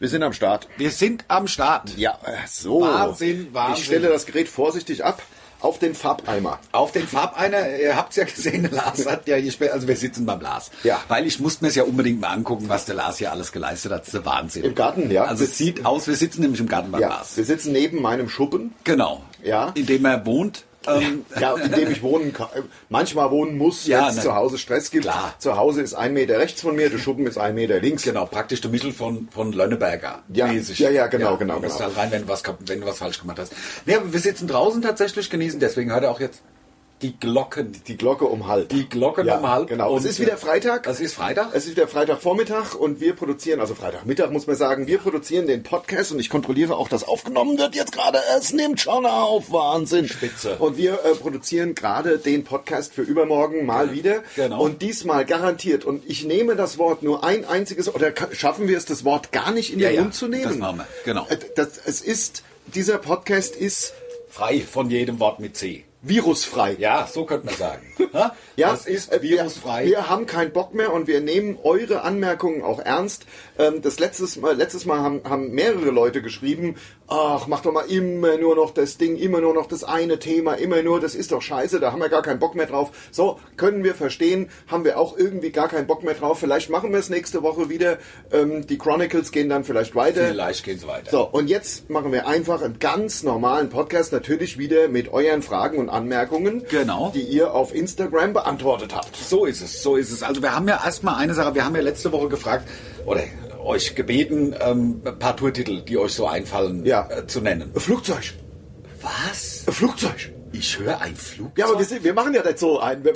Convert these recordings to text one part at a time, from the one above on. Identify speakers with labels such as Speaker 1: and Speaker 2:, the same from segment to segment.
Speaker 1: Wir sind am Start.
Speaker 2: Wir sind am Start.
Speaker 1: Ja, so.
Speaker 2: Wahnsinn.
Speaker 1: Ich stelle das Gerät vorsichtig ab auf den Farbeimer.
Speaker 2: Auf den Farbeimer, ihr habt es ja gesehen, Lars hat ja hier später, also wir sitzen beim Lars.
Speaker 1: Ja.
Speaker 2: Weil ich musste mir es ja unbedingt mal angucken, was der Lars hier alles geleistet hat. Das ist der Wahnsinn.
Speaker 1: Im Garten, ja.
Speaker 2: Also es sieht aus, wir sitzen nämlich im Garten beim Lars.
Speaker 1: Wir sitzen neben meinem Schuppen.
Speaker 2: Genau.
Speaker 1: Ja.
Speaker 2: In dem er wohnt.
Speaker 1: Ja, in dem ich wohnen kann. Manchmal wohnen muss,
Speaker 2: Ja,
Speaker 1: wenn es zu Hause Stress gibt.
Speaker 2: Klar.
Speaker 1: Zu Hause ist 1 Meter rechts von mir, der Schuppen ist 1 Meter links.
Speaker 2: Genau, praktisch der Mittel von Lönneberger.
Speaker 1: Ja,
Speaker 2: mäßig.
Speaker 1: ja, genau.
Speaker 2: Du musst halt rein, wenn du was falsch gemacht hast. Nee, aber wir sitzen draußen tatsächlich, genießen, deswegen hört er auch jetzt die Glocken.
Speaker 1: Die Glocke um halb.
Speaker 2: Die Glocken
Speaker 1: Ja,
Speaker 2: um halb.
Speaker 1: genau.
Speaker 2: Und
Speaker 1: Es ist wieder Freitag.
Speaker 2: Es ist Freitag.
Speaker 1: Es ist wieder Freitagvormittag und wir produzieren, also Freitagmittag muss man sagen, wir produzieren den Podcast und ich kontrolliere auch, dass aufgenommen wird jetzt gerade. Es nimmt schon auf, Wahnsinn.
Speaker 2: Spitze.
Speaker 1: Und wir produzieren gerade den Podcast für übermorgen mal wieder.
Speaker 2: Genau.
Speaker 1: Und diesmal garantiert. Und ich nehme das Wort nur ein einziges, oder schaffen wir es, das Wort gar nicht in den Mund zu nehmen?
Speaker 2: Das machen wir, genau.
Speaker 1: Dieser Podcast ist
Speaker 2: Frei von jedem Wort mit C.
Speaker 1: virusfrei.
Speaker 2: Ja, so könnte man sagen.
Speaker 1: Ja,
Speaker 2: das ist virusfrei.
Speaker 1: Wir haben keinen Bock mehr und wir nehmen eure Anmerkungen auch ernst. Letztes Mal haben mehrere Leute geschrieben, ach, mach doch mal immer nur noch das Ding, immer nur noch das eine Thema, immer nur, das ist doch scheiße, da haben wir gar keinen Bock mehr drauf. So, können wir verstehen, haben wir auch irgendwie gar keinen Bock mehr drauf. Vielleicht machen wir es nächste Woche wieder. Die Chronicles gehen dann vielleicht weiter.
Speaker 2: Vielleicht gehen sie weiter.
Speaker 1: So, und jetzt machen wir einfach einen ganz normalen Podcast, natürlich wieder mit euren Fragen und Anmerkungen,
Speaker 2: Genau.
Speaker 1: die ihr auf Instagram beantwortet habt.
Speaker 2: So ist es, so ist es. Also wir haben ja erstmal eine Sache, wir haben ja letzte Woche gefragt, oder euch gebeten, ein paar Tourtitel, die euch so einfallen, zu nennen.
Speaker 1: Flugzeug.
Speaker 2: Was?
Speaker 1: Flugzeug.
Speaker 2: Ich höre ein Flugzeug?
Speaker 1: Ja, aber wir machen ja nicht so einen.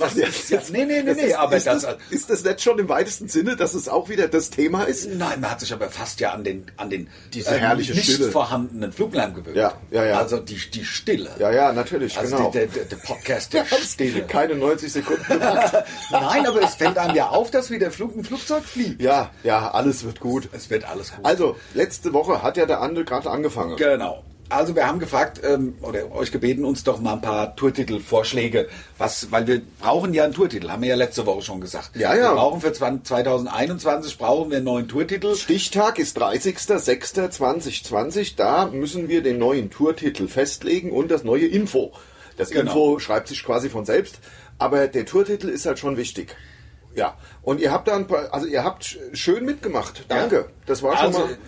Speaker 1: Ist das nicht schon im weitesten Sinne, dass es auch wieder das Thema ist?
Speaker 2: Nein, man hat sich aber fast ja an diese
Speaker 1: herrliche
Speaker 2: nicht
Speaker 1: Stille.
Speaker 2: vorhandenen Fluglärm gewöhnt.
Speaker 1: Ja.
Speaker 2: Also die Stille.
Speaker 1: Ja, natürlich,
Speaker 2: Also
Speaker 1: genau.
Speaker 2: der Podcast der Stille.
Speaker 1: Keine 90 Sekunden gemacht.
Speaker 2: Nein, aber es fällt einem ja auf, dass wieder ein Flugzeug fliegt.
Speaker 1: Ja, alles wird gut.
Speaker 2: Es wird alles gut.
Speaker 1: Also, letzte Woche hat ja der Ande gerade angefangen.
Speaker 2: Genau. Also wir haben gefragt, oder euch gebeten, uns doch mal ein paar Tourtitel-Vorschläge, weil wir brauchen ja einen Tourtitel, haben wir ja letzte Woche schon gesagt.
Speaker 1: Ja.
Speaker 2: Wir brauchen für 2021 brauchen wir einen neuen Tourtitel.
Speaker 1: Stichtag ist 30.06.2020. Da müssen wir den neuen Tourtitel festlegen und das neue Info. Das Info schreibt sich quasi von selbst, aber der Tourtitel ist halt schon wichtig. Ja, und ihr habt da ihr habt schön mitgemacht. Danke.
Speaker 2: Ja.
Speaker 1: Das war schon mal.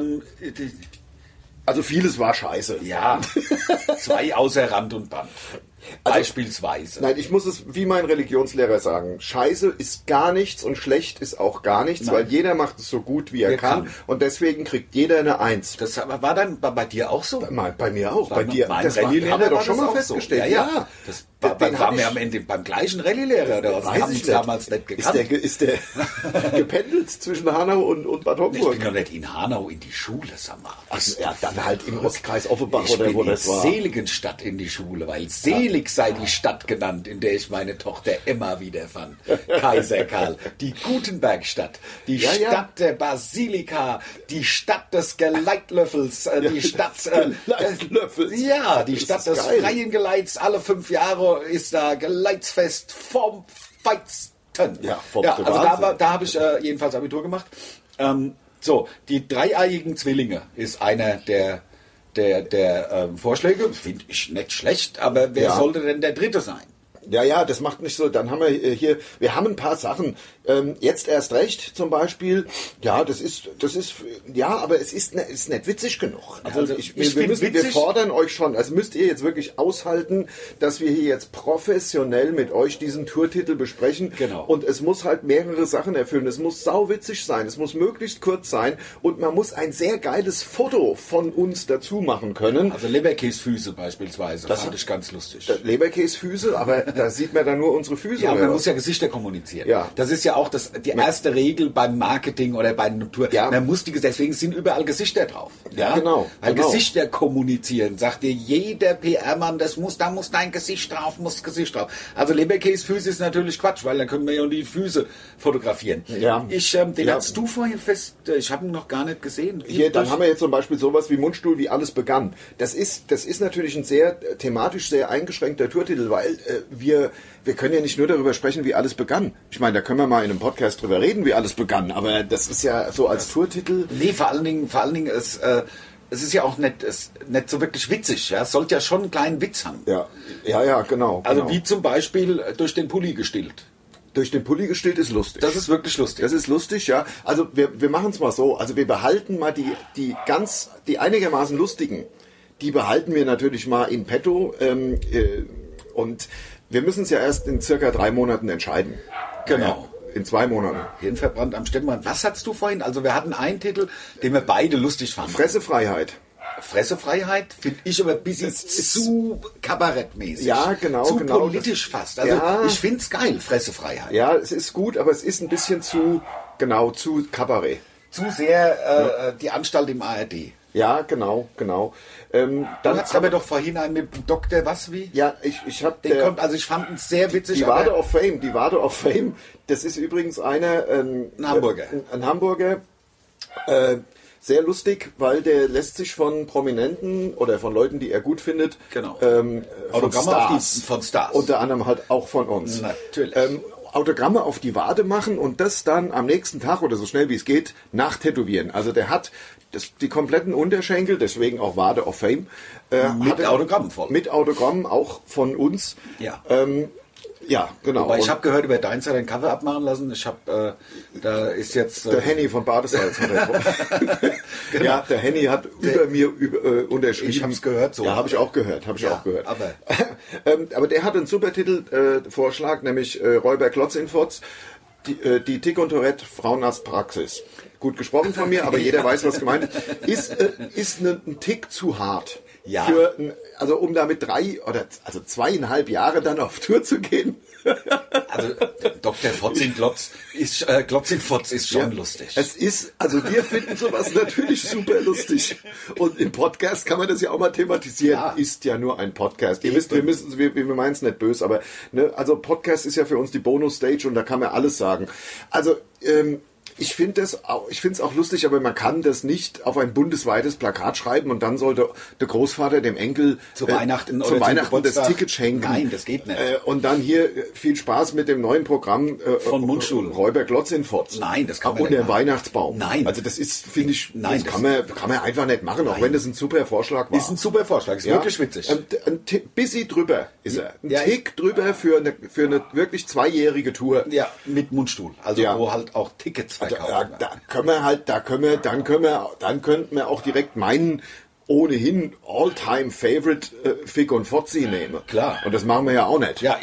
Speaker 1: Also vieles war scheiße.
Speaker 2: Ja, 2 außer Rand und Band. Beispielsweise.
Speaker 1: Nein, ich muss es wie mein Religionslehrer sagen. Scheiße ist gar nichts und schlecht ist auch gar nichts, weil jeder macht es so gut, wie er kann. Und deswegen kriegt jeder eine 1.
Speaker 2: Das war dann bei dir auch so?
Speaker 1: Bei mir auch. Bei dir.
Speaker 2: Mein
Speaker 1: Das haben wir doch schon mal festgestellt.
Speaker 2: So. Ja. Das waren wir am Ende beim gleichen Rallye-Lehrer. Oder was?
Speaker 1: Weiß ich nicht.
Speaker 2: Damals nicht gekannt.
Speaker 1: Ist der gependelt zwischen Hanau und Bad Homburg?
Speaker 2: Ich bin doch nicht in Hanau in die Schule, sag mal.
Speaker 1: Dann halt im Ostkreis Offenbach
Speaker 2: ich
Speaker 1: oder wo das war.
Speaker 2: Ich bin in Seligenstadt in die Schule, weil selig sei die Stadt genannt, in der ich meine Tochter Emma wiederfand. Kaiser Karl. Die Gutenbergstadt. Die Stadt der Basilika. Die Stadt des Geleitlöffels. Die Stadt...
Speaker 1: Geleitlöffels.
Speaker 2: Ja, die Stadt des freien Geleits. Alle 5 Jahre ist da Geleitsfest vom Feitsten.
Speaker 1: Also
Speaker 2: da habe ich jedenfalls Abitur gemacht. Die dreieiigen Zwillinge ist einer der Vorschläge. Finde ich nicht schlecht, aber wer sollte denn der Dritte sein?
Speaker 1: Ja, das macht nicht so. Dann haben wir haben ein paar Sachen. Jetzt erst recht zum Beispiel. Ja, das ist, aber es ist nicht witzig genug. Also wir fordern euch schon. Also müsst ihr jetzt wirklich aushalten, dass wir hier jetzt professionell mit euch diesen Tourtitel besprechen.
Speaker 2: Genau.
Speaker 1: Und es muss halt mehrere Sachen erfüllen. Es muss sauwitzig sein. Es muss möglichst kurz sein. Und man muss ein sehr geiles Foto von uns dazu machen können.
Speaker 2: Also Leberkäsfüße beispielsweise. Das fand ich ganz lustig.
Speaker 1: Leberkäsfüße, aber da sieht man dann nur unsere Füße.
Speaker 2: Ja, man muss ja Gesichter kommunizieren.
Speaker 1: Ja.
Speaker 2: Das ist ja auch die erste Regel beim Marketing oder bei einer Tour.
Speaker 1: Ja.
Speaker 2: Man muss deswegen sind überall Gesichter drauf.
Speaker 1: Ja, genau.
Speaker 2: Weil Gesichter kommunizieren, sagt dir jeder PR-Mann, da muss dein Gesicht drauf, Also Leberkäsfüße ist natürlich Quatsch, weil dann können wir ja die Füße fotografieren.
Speaker 1: Ja.
Speaker 2: Den hast du vorhin ich habe ihn noch gar nicht gesehen.
Speaker 1: Dann haben wir jetzt zum Beispiel sowas wie Mundstuhl, wie alles begann. Das ist natürlich ein thematisch sehr eingeschränkter Tourtitel, weil wir können ja nicht nur darüber sprechen, wie alles begann. Ich meine, da können wir mal in einem Podcast drüber reden, wie alles begann, aber das ist ja so als Tourtitel.
Speaker 2: Nee, vor allen Dingen es ist ja auch nicht so wirklich witzig. Ja? Es sollte ja schon einen kleinen Witz haben.
Speaker 1: Ja, genau.
Speaker 2: Also wie zum Beispiel durch den Pulli gestillt.
Speaker 1: Durch den Pulli gestillt ist lustig.
Speaker 2: Das ist wirklich lustig.
Speaker 1: Das ist lustig, ja. Also wir machen es mal so. Also wir behalten mal die einigermaßen lustigen, die behalten wir natürlich mal in petto. Und wir müssen es ja erst in circa 3 Monaten entscheiden.
Speaker 2: Genau.
Speaker 1: Ja, in 2 Monaten.
Speaker 2: Hirnverbrannt am Stemmband. Was hattest du vorhin? Also wir hatten einen Titel, den wir beide lustig fanden.
Speaker 1: Fressefreiheit.
Speaker 2: Fressefreiheit finde ich aber ein bisschen zu kabarettmäßig.
Speaker 1: Ja, genau.
Speaker 2: Zu politisch fast. Also
Speaker 1: ja,
Speaker 2: ich finde es geil, Fressefreiheit.
Speaker 1: Ja, es ist gut, aber es ist ein bisschen zu Kabarett.
Speaker 2: Zu sehr die Anstalt im ARD.
Speaker 1: Ja, genau.
Speaker 2: Du hast aber doch vorhin einen mit dem Doktor, was wie?
Speaker 1: Ja, ich habe
Speaker 2: also ich fand es sehr witzig.
Speaker 1: Die Warte of Fame, das ist übrigens ein
Speaker 2: Hamburger.
Speaker 1: Ein Hamburger, sehr lustig, weil der lässt sich von Prominenten oder von Leuten, die er gut findet,
Speaker 2: von Stars.
Speaker 1: Unter anderem halt auch von uns.
Speaker 2: Natürlich.
Speaker 1: Autogramme auf die Wade machen und das dann am nächsten Tag oder so schnell wie es geht nachtätowieren. Also der hat die kompletten Unterschenkel, deswegen auch Wade of Fame.
Speaker 2: Mit Autogrammen voll.
Speaker 1: Mit Autogrammen auch von uns.
Speaker 2: Ja.
Speaker 1: Ja, genau.
Speaker 2: Aber ich habe gehört, über deins hat er den Kaffee abmachen lassen. Ich habe, da ist jetzt...
Speaker 1: der Henny von Badesalz hat er genau. Ja, der Henny hat über mir unterschrieben.
Speaker 2: Ich habe es gehört so.
Speaker 1: Ja, habe ich auch gehört. Aber der hat einen super Titelvorschlag, nämlich Räuber Klotz in Fotz, die Tick und Tourette Frauenarztpraxis. Gut gesprochen von mir, aber jeder weiß, was gemeint ist. Ist ein Tick zu hart.
Speaker 2: Ja.
Speaker 1: Also um da mit 2,5 Jahre dann auf Tour zu gehen.
Speaker 2: Also Dr. Fotz in Klotz ist schon lustig.
Speaker 1: Es ist, also wir finden sowas natürlich super lustig. Und im Podcast kann man das ja auch mal thematisieren. Ja. Ist ja nur ein Podcast. Ihr wisst, wir meinen es nicht böse, aber also Podcast ist ja für uns die Bonus-Stage und da kann man alles sagen. Also ich finde es auch lustig, aber man kann das nicht auf ein bundesweites Plakat schreiben und dann sollte der Großvater dem Enkel
Speaker 2: zu Weihnachten
Speaker 1: das Ticket schenken.
Speaker 2: Nein, das geht nicht.
Speaker 1: Und dann hier viel Spaß mit dem neuen Programm
Speaker 2: von Mundstuhl.
Speaker 1: Räuber Klotz in Fotz.
Speaker 2: Nein, das kann man
Speaker 1: nicht. Und der Weihnachtsbaum.
Speaker 2: Nein.
Speaker 1: Also das ist, finde ich,
Speaker 2: nein,
Speaker 1: das kann man einfach nicht machen, auch wenn das ein super Vorschlag war.
Speaker 2: Ist ein super Vorschlag, ist wirklich witzig.
Speaker 1: Ein bisschen drüber ist er. Ein Tick drüber für eine wirklich 2-jährige Tour.
Speaker 2: Ja, mit Mundstuhl. Also wo halt auch Tickets verkauft werden.
Speaker 1: Dann könnten wir auch direkt meinen ohnehin All-Time-Favorite Fick und Fotzi nehmen.
Speaker 2: Klar.
Speaker 1: Und das machen wir ja auch nicht.
Speaker 2: Ja,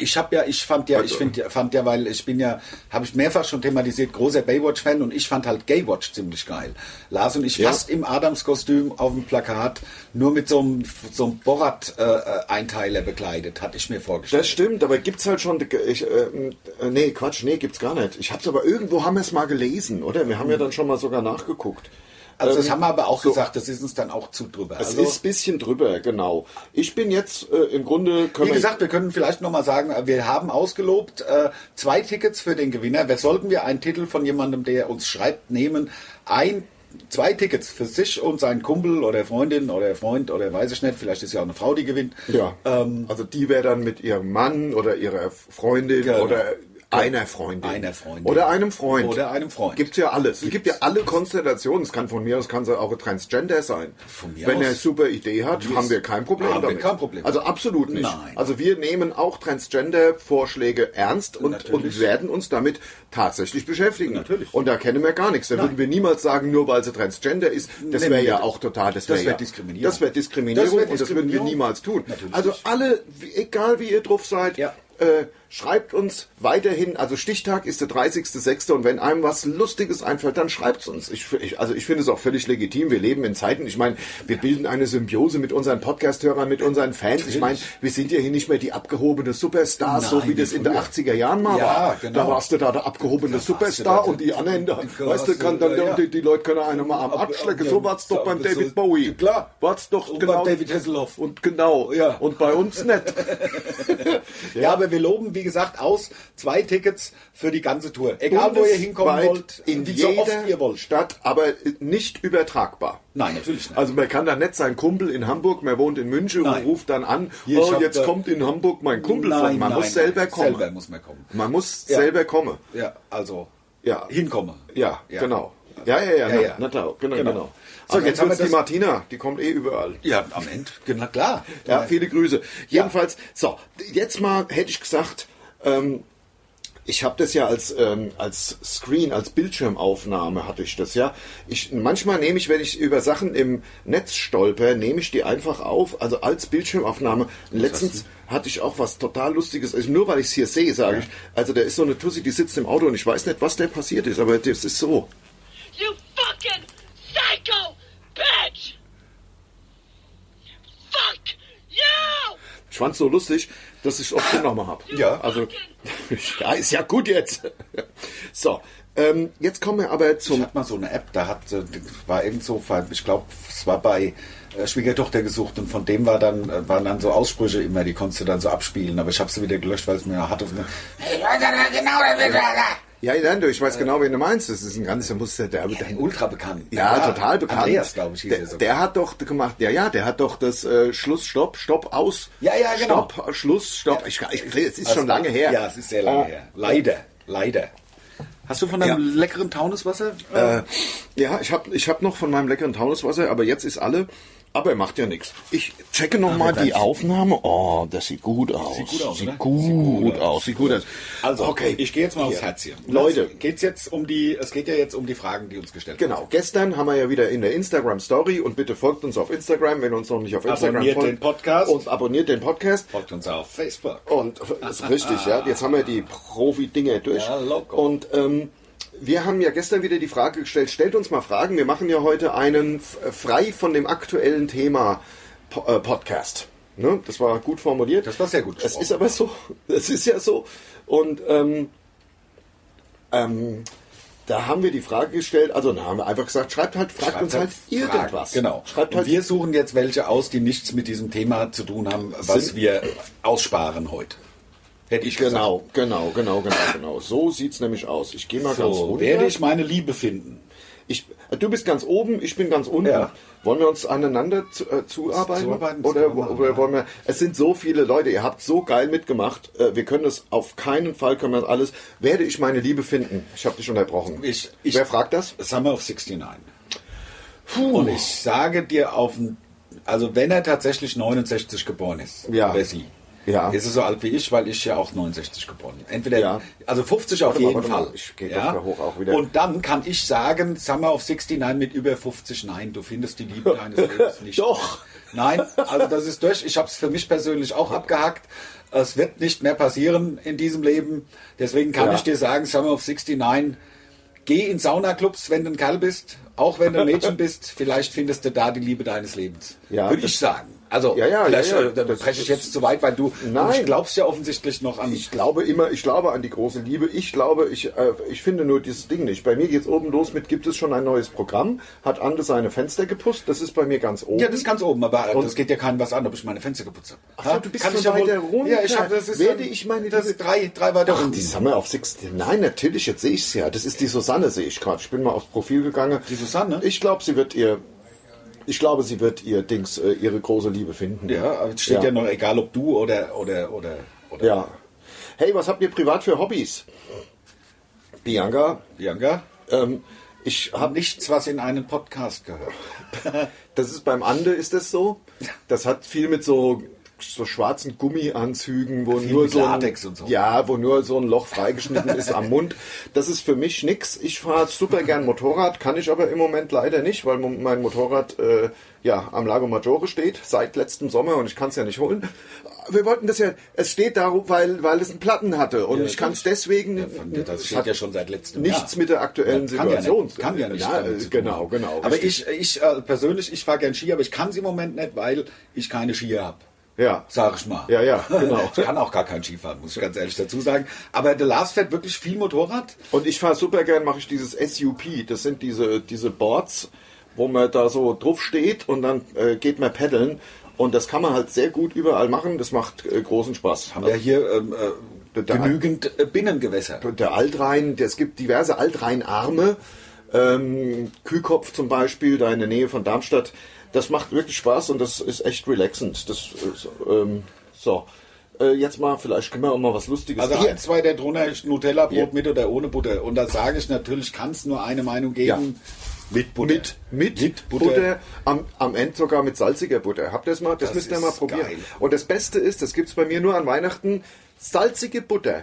Speaker 2: weil habe ich mehrfach schon thematisiert, großer Baywatch-Fan und ich fand halt Gaywatch ziemlich geil. Lars und ich fast im Adams-Kostüm auf dem Plakat, nur mit so einem Borat-Einteiler bekleidet, hatte ich mir vorgestellt.
Speaker 1: Das stimmt, aber gibt's halt schon, gibt's gar nicht. Ich hab's aber irgendwo, haben wir es mal gelesen, oder? Wir haben ja dann schon mal sogar nachgeguckt.
Speaker 2: Also das haben wir aber auch gesagt, das ist uns dann auch zu drüber.
Speaker 1: Es ist ein bisschen drüber, genau. Ich bin jetzt im Grunde...
Speaker 2: Wie gesagt, wir können vielleicht nochmal sagen, wir haben ausgelobt 2 Tickets für den Gewinner. Sollten wir einen Titel von jemandem, der uns schreibt, nehmen, 2 Tickets für sich und seinen Kumpel oder Freundin oder Freund oder weiß ich nicht, vielleicht ist ja auch eine Frau, die gewinnt.
Speaker 1: Ja, also die wäre dann mit ihrem Mann oder ihrer Freundin oder... Einer Freundin. Oder einem Freund. Gibt's ja alles. Es gibt ja alle Konstellationen. Es kann von mir aus auch ein Transgender sein. Wenn er eine super Idee hat, haben wir kein Problem damit. Also absolut nicht.
Speaker 2: Nein.
Speaker 1: Also wir nehmen auch Transgender-Vorschläge ernst und werden uns damit tatsächlich beschäftigen.
Speaker 2: Natürlich.
Speaker 1: Und da kennen wir gar nichts. Da würden wir niemals sagen, nur weil sie Transgender ist, das wäre ja auch total, das wäre
Speaker 2: Diskriminierung.
Speaker 1: Das wäre Diskriminierung und das würden wir niemals tun.
Speaker 2: Natürlich.
Speaker 1: Also alle, egal wie ihr drauf seid, schreibt uns weiterhin, also Stichtag ist der 30.06. und wenn einem was Lustiges einfällt, dann schreibt's uns. Ich finde es auch völlig legitim. Wir leben in Zeiten, ich meine, wir bilden eine Symbiose mit unseren Podcast-Hörern, mit unseren Fans.
Speaker 2: Natürlich.
Speaker 1: Ich meine, wir sind ja hier nicht mehr die abgehobene Superstars, so wie das in den 80er Jahren mal war.
Speaker 2: Genau.
Speaker 1: Da warst du da der abgehobene Superstar und die anderen, weißt du, die Leute können einen mal am abschlecken. So war's doch beim David Bowie.
Speaker 2: Klar.
Speaker 1: War's doch
Speaker 2: und
Speaker 1: genau.
Speaker 2: Beim David Hasselhoff.
Speaker 1: Und genau.
Speaker 2: Ja.
Speaker 1: Und bei uns nicht.
Speaker 2: Ja, aber aber wir loben, wie gesagt, aus 2 Tickets für die ganze Tour. Egal, wo ihr hinkommen wollt,
Speaker 1: in
Speaker 2: so oft ihr wollt.
Speaker 1: Stadt, aber nicht übertragbar.
Speaker 2: Nein, natürlich nicht.
Speaker 1: Also man kann da nicht sein Kumpel in Hamburg, man wohnt in München und ruft dann an, jetzt kommt in Hamburg mein Kumpel von. Man muss selber kommen.
Speaker 2: Selber muss man kommen.
Speaker 1: Man muss selber kommen.
Speaker 2: Ja, also hinkommen.
Speaker 1: Ja, genau. Ja. Na klar, genau. So, jetzt haben wir die Martina, die kommt überall.
Speaker 2: Ja, am Ende, na klar.
Speaker 1: Ja, viele Grüße. Jedenfalls, so, jetzt mal hätte ich gesagt, ich habe das ja als Screen, als Bildschirmaufnahme hatte ich das ja. Manchmal nehme ich, wenn ich über Sachen im Netz stolper, nehme ich die einfach auf, also als Bildschirmaufnahme. Letztens hatte ich auch was total Lustiges, also nur weil ich es hier sehe, sage ich. Also da ist so eine Tussi, die sitzt im Auto und ich weiß nicht, was der passiert ist, aber das ist so.
Speaker 3: You fucking psycho bitch! Fuck you!
Speaker 1: Ich fand's so lustig, dass ich es auch nochmal habe.
Speaker 2: Ja.
Speaker 1: Also, ja, ist ja gut jetzt. So, jetzt kommen wir aber zum...
Speaker 2: Ich hatte mal so eine App, war irgend so, ich glaube, es war bei Schwiegertochter gesucht und von dem waren dann so Aussprüche immer, die konntest du dann so abspielen, aber ich habe sie wieder gelöscht, weil es mir hatte.
Speaker 1: Ja, ich weiß genau, wen du meinst. Das ist ein ganz,
Speaker 2: ultra bekannt.
Speaker 1: Ja, total bekannt.
Speaker 2: Andreas, glaube ich, hieß er so.
Speaker 1: Der hat doch gemacht, der hat doch das Schluss, Stopp, aus.
Speaker 2: Ja, genau.
Speaker 1: Stopp, Schluss, Stopp. Ja. Es ist schon lange her.
Speaker 2: Ja, es ist sehr lange her. Leider. Hast du von deinem leckeren Taunuswasser?
Speaker 1: Ja, ich hab noch von meinem leckeren Taunuswasser, aber jetzt ist alle. Aber macht ja nichts. Ich checke nochmal die Aufnahme. Oh, das sieht gut aus. Sieht gut aus.
Speaker 2: Also, okay, ich gehe jetzt mal aufs Herz hier.
Speaker 1: Leute,
Speaker 2: es geht ja jetzt um die Fragen, die uns gestellt werden.
Speaker 1: Genau, gestern haben wir ja wieder in der Instagram-Story und bitte folgt uns auf Instagram, wenn ihr uns noch nicht auf Instagram folgt.
Speaker 2: Abonniert den Podcast.
Speaker 1: Und abonniert den Podcast.
Speaker 2: Folgt uns auf Facebook.
Speaker 1: Und das ist richtig, ja. Jetzt haben wir die Profi-Dinger durch.
Speaker 2: Ja, loco.
Speaker 1: Und wir haben ja gestern wieder die Frage gestellt, stellt uns mal Fragen. Wir machen ja heute einen frei von dem aktuellen Thema Podcast. Ne? Das war gut formuliert.
Speaker 2: Das war sehr gut.
Speaker 1: Es ist aber so. Es ist ja so. Und da haben wir die Frage gestellt, also da haben wir einfach gesagt, fragt uns halt irgendwas.
Speaker 2: Genau.
Speaker 1: Und
Speaker 2: wir suchen jetzt welche aus, die nichts mit diesem Thema zu tun haben, was wir aussparen heute. Hätte ich gesagt.
Speaker 1: Genau. So sieht's nämlich aus. Ich gehe mal ganz runter.
Speaker 2: Werde ich meine Liebe finden.
Speaker 1: Du bist ganz oben, ich bin ganz unten.
Speaker 2: Ja.
Speaker 1: Wollen wir uns aneinander zuarbeiten? Oder wollen wir... Es sind so viele Leute, ihr habt so geil mitgemacht. Wir können das auf keinen Fall, können wir alles... Werde ich meine Liebe finden? Ich habe dich unterbrochen. Wer fragt das?
Speaker 2: Summer of 69. Und ich sage dir also wenn er tatsächlich 69 geboren ist, oder sie, ist es so alt wie ich, weil ich ja auch 69 geboren bin. Entweder, also 50 auf jeden Fall.
Speaker 1: Ich gehe hoch auch wieder.
Speaker 2: Und dann kann ich sagen, Summer of 69 mit über 50, nein, du findest die Liebe deines Lebens nicht.
Speaker 1: Doch.
Speaker 2: Nein, also das ist durch. Ich habe es für mich persönlich auch abgehakt. Es wird nicht mehr passieren in diesem Leben. Deswegen kann ich dir sagen, Summer of 69, geh in Saunaclubs, wenn du ein Kerl bist, auch wenn du ein Mädchen bist, vielleicht findest du da die Liebe deines Lebens.
Speaker 1: Ja,
Speaker 2: würde ich sagen. Also, vielleicht breche ich jetzt zu weit, weil du glaubst ja offensichtlich noch an...
Speaker 1: Ich glaube an die große Liebe. Ich finde nur dieses Ding nicht. Bei mir geht's oben los mit, gibt es schon ein neues Programm? Hat Ande seine Fenster geputzt? Das ist bei mir ganz oben.
Speaker 2: Ja, das ist ganz oben, aber das geht ja keinem was an, ob ich meine Fenster geputzt habe.
Speaker 1: Achso, du bist schon weiter runter.
Speaker 2: Ja, das ist drei weiter runter.
Speaker 1: Die Summer auf 60. Nein, natürlich, jetzt sehe ich es ja. Das ist die Susanne, sehe ich gerade. Ich bin mal aufs Profil gegangen.
Speaker 2: Die Susanne?
Speaker 1: Ich glaube, sie wird ihre große Liebe finden.
Speaker 2: Ja, aber es steht ja noch, egal ob du oder.
Speaker 1: Ja. Hey, was habt ihr privat für Hobbys? Bianca? Ich habe
Speaker 2: nichts, was in einen Podcast gehört.
Speaker 1: Das ist beim Ande, ist das so? Das hat viel mit so schwarzen Gummianzügen, wo nur so
Speaker 2: Latex und so.
Speaker 1: Ja, wo nur so ein Loch freigeschnitten ist am Mund. Das ist für mich nix. Ich fahre super gern Motorrad, kann ich aber im Moment leider nicht, weil mein Motorrad am Lago Maggiore steht seit letztem Sommer und ich kann es ja nicht holen. Wir wollten das ja, es steht da, weil es einen Platten hatte und ich kann es deswegen...
Speaker 2: das steht ja schon seit letztem
Speaker 1: Jahr. Nichts mit der aktuellen Situation.
Speaker 2: Kann ja nicht.
Speaker 1: Genau.
Speaker 2: Aber ich persönlich fahre gern Ski, aber ich kann es im Moment nicht, weil ich keine Skier habe.
Speaker 1: Ja.
Speaker 2: Sag ich mal.
Speaker 1: Ja, genau.
Speaker 2: Ich kann auch gar kein Skifahren, muss ich ganz ehrlich dazu sagen. Aber der Lars fährt wirklich viel Motorrad.
Speaker 1: Und ich fahre super gern, mache ich dieses SUP. Das sind diese Boards, wo man da so drauf steht und dann geht man paddeln. Und das kann man halt sehr gut überall machen. Das macht großen Spaß.
Speaker 2: Haben wir hier genügend Binnengewässer.
Speaker 1: Der Altrhein, es gibt diverse Altrheinarme. Kühlkopf zum Beispiel, da in der Nähe von Darmstadt. Das macht wirklich Spaß und das ist echt relaxend. Das so. Jetzt mal, vielleicht können wir auch mal was Lustiges.
Speaker 2: Also 1, 2 der drunter ist Nutella-Brot mit oder ohne Butter. Und da sage ich natürlich, kann es nur eine Meinung geben.
Speaker 1: Ja.
Speaker 2: Mit Butter.
Speaker 1: Mit Butter. Am Ende sogar mit salziger Butter. Habt ihr das mal? Das müsst ihr mal probieren.
Speaker 2: Geil.
Speaker 1: Und das Beste ist, das gibt es bei mir nur an Weihnachten, salzige Butter,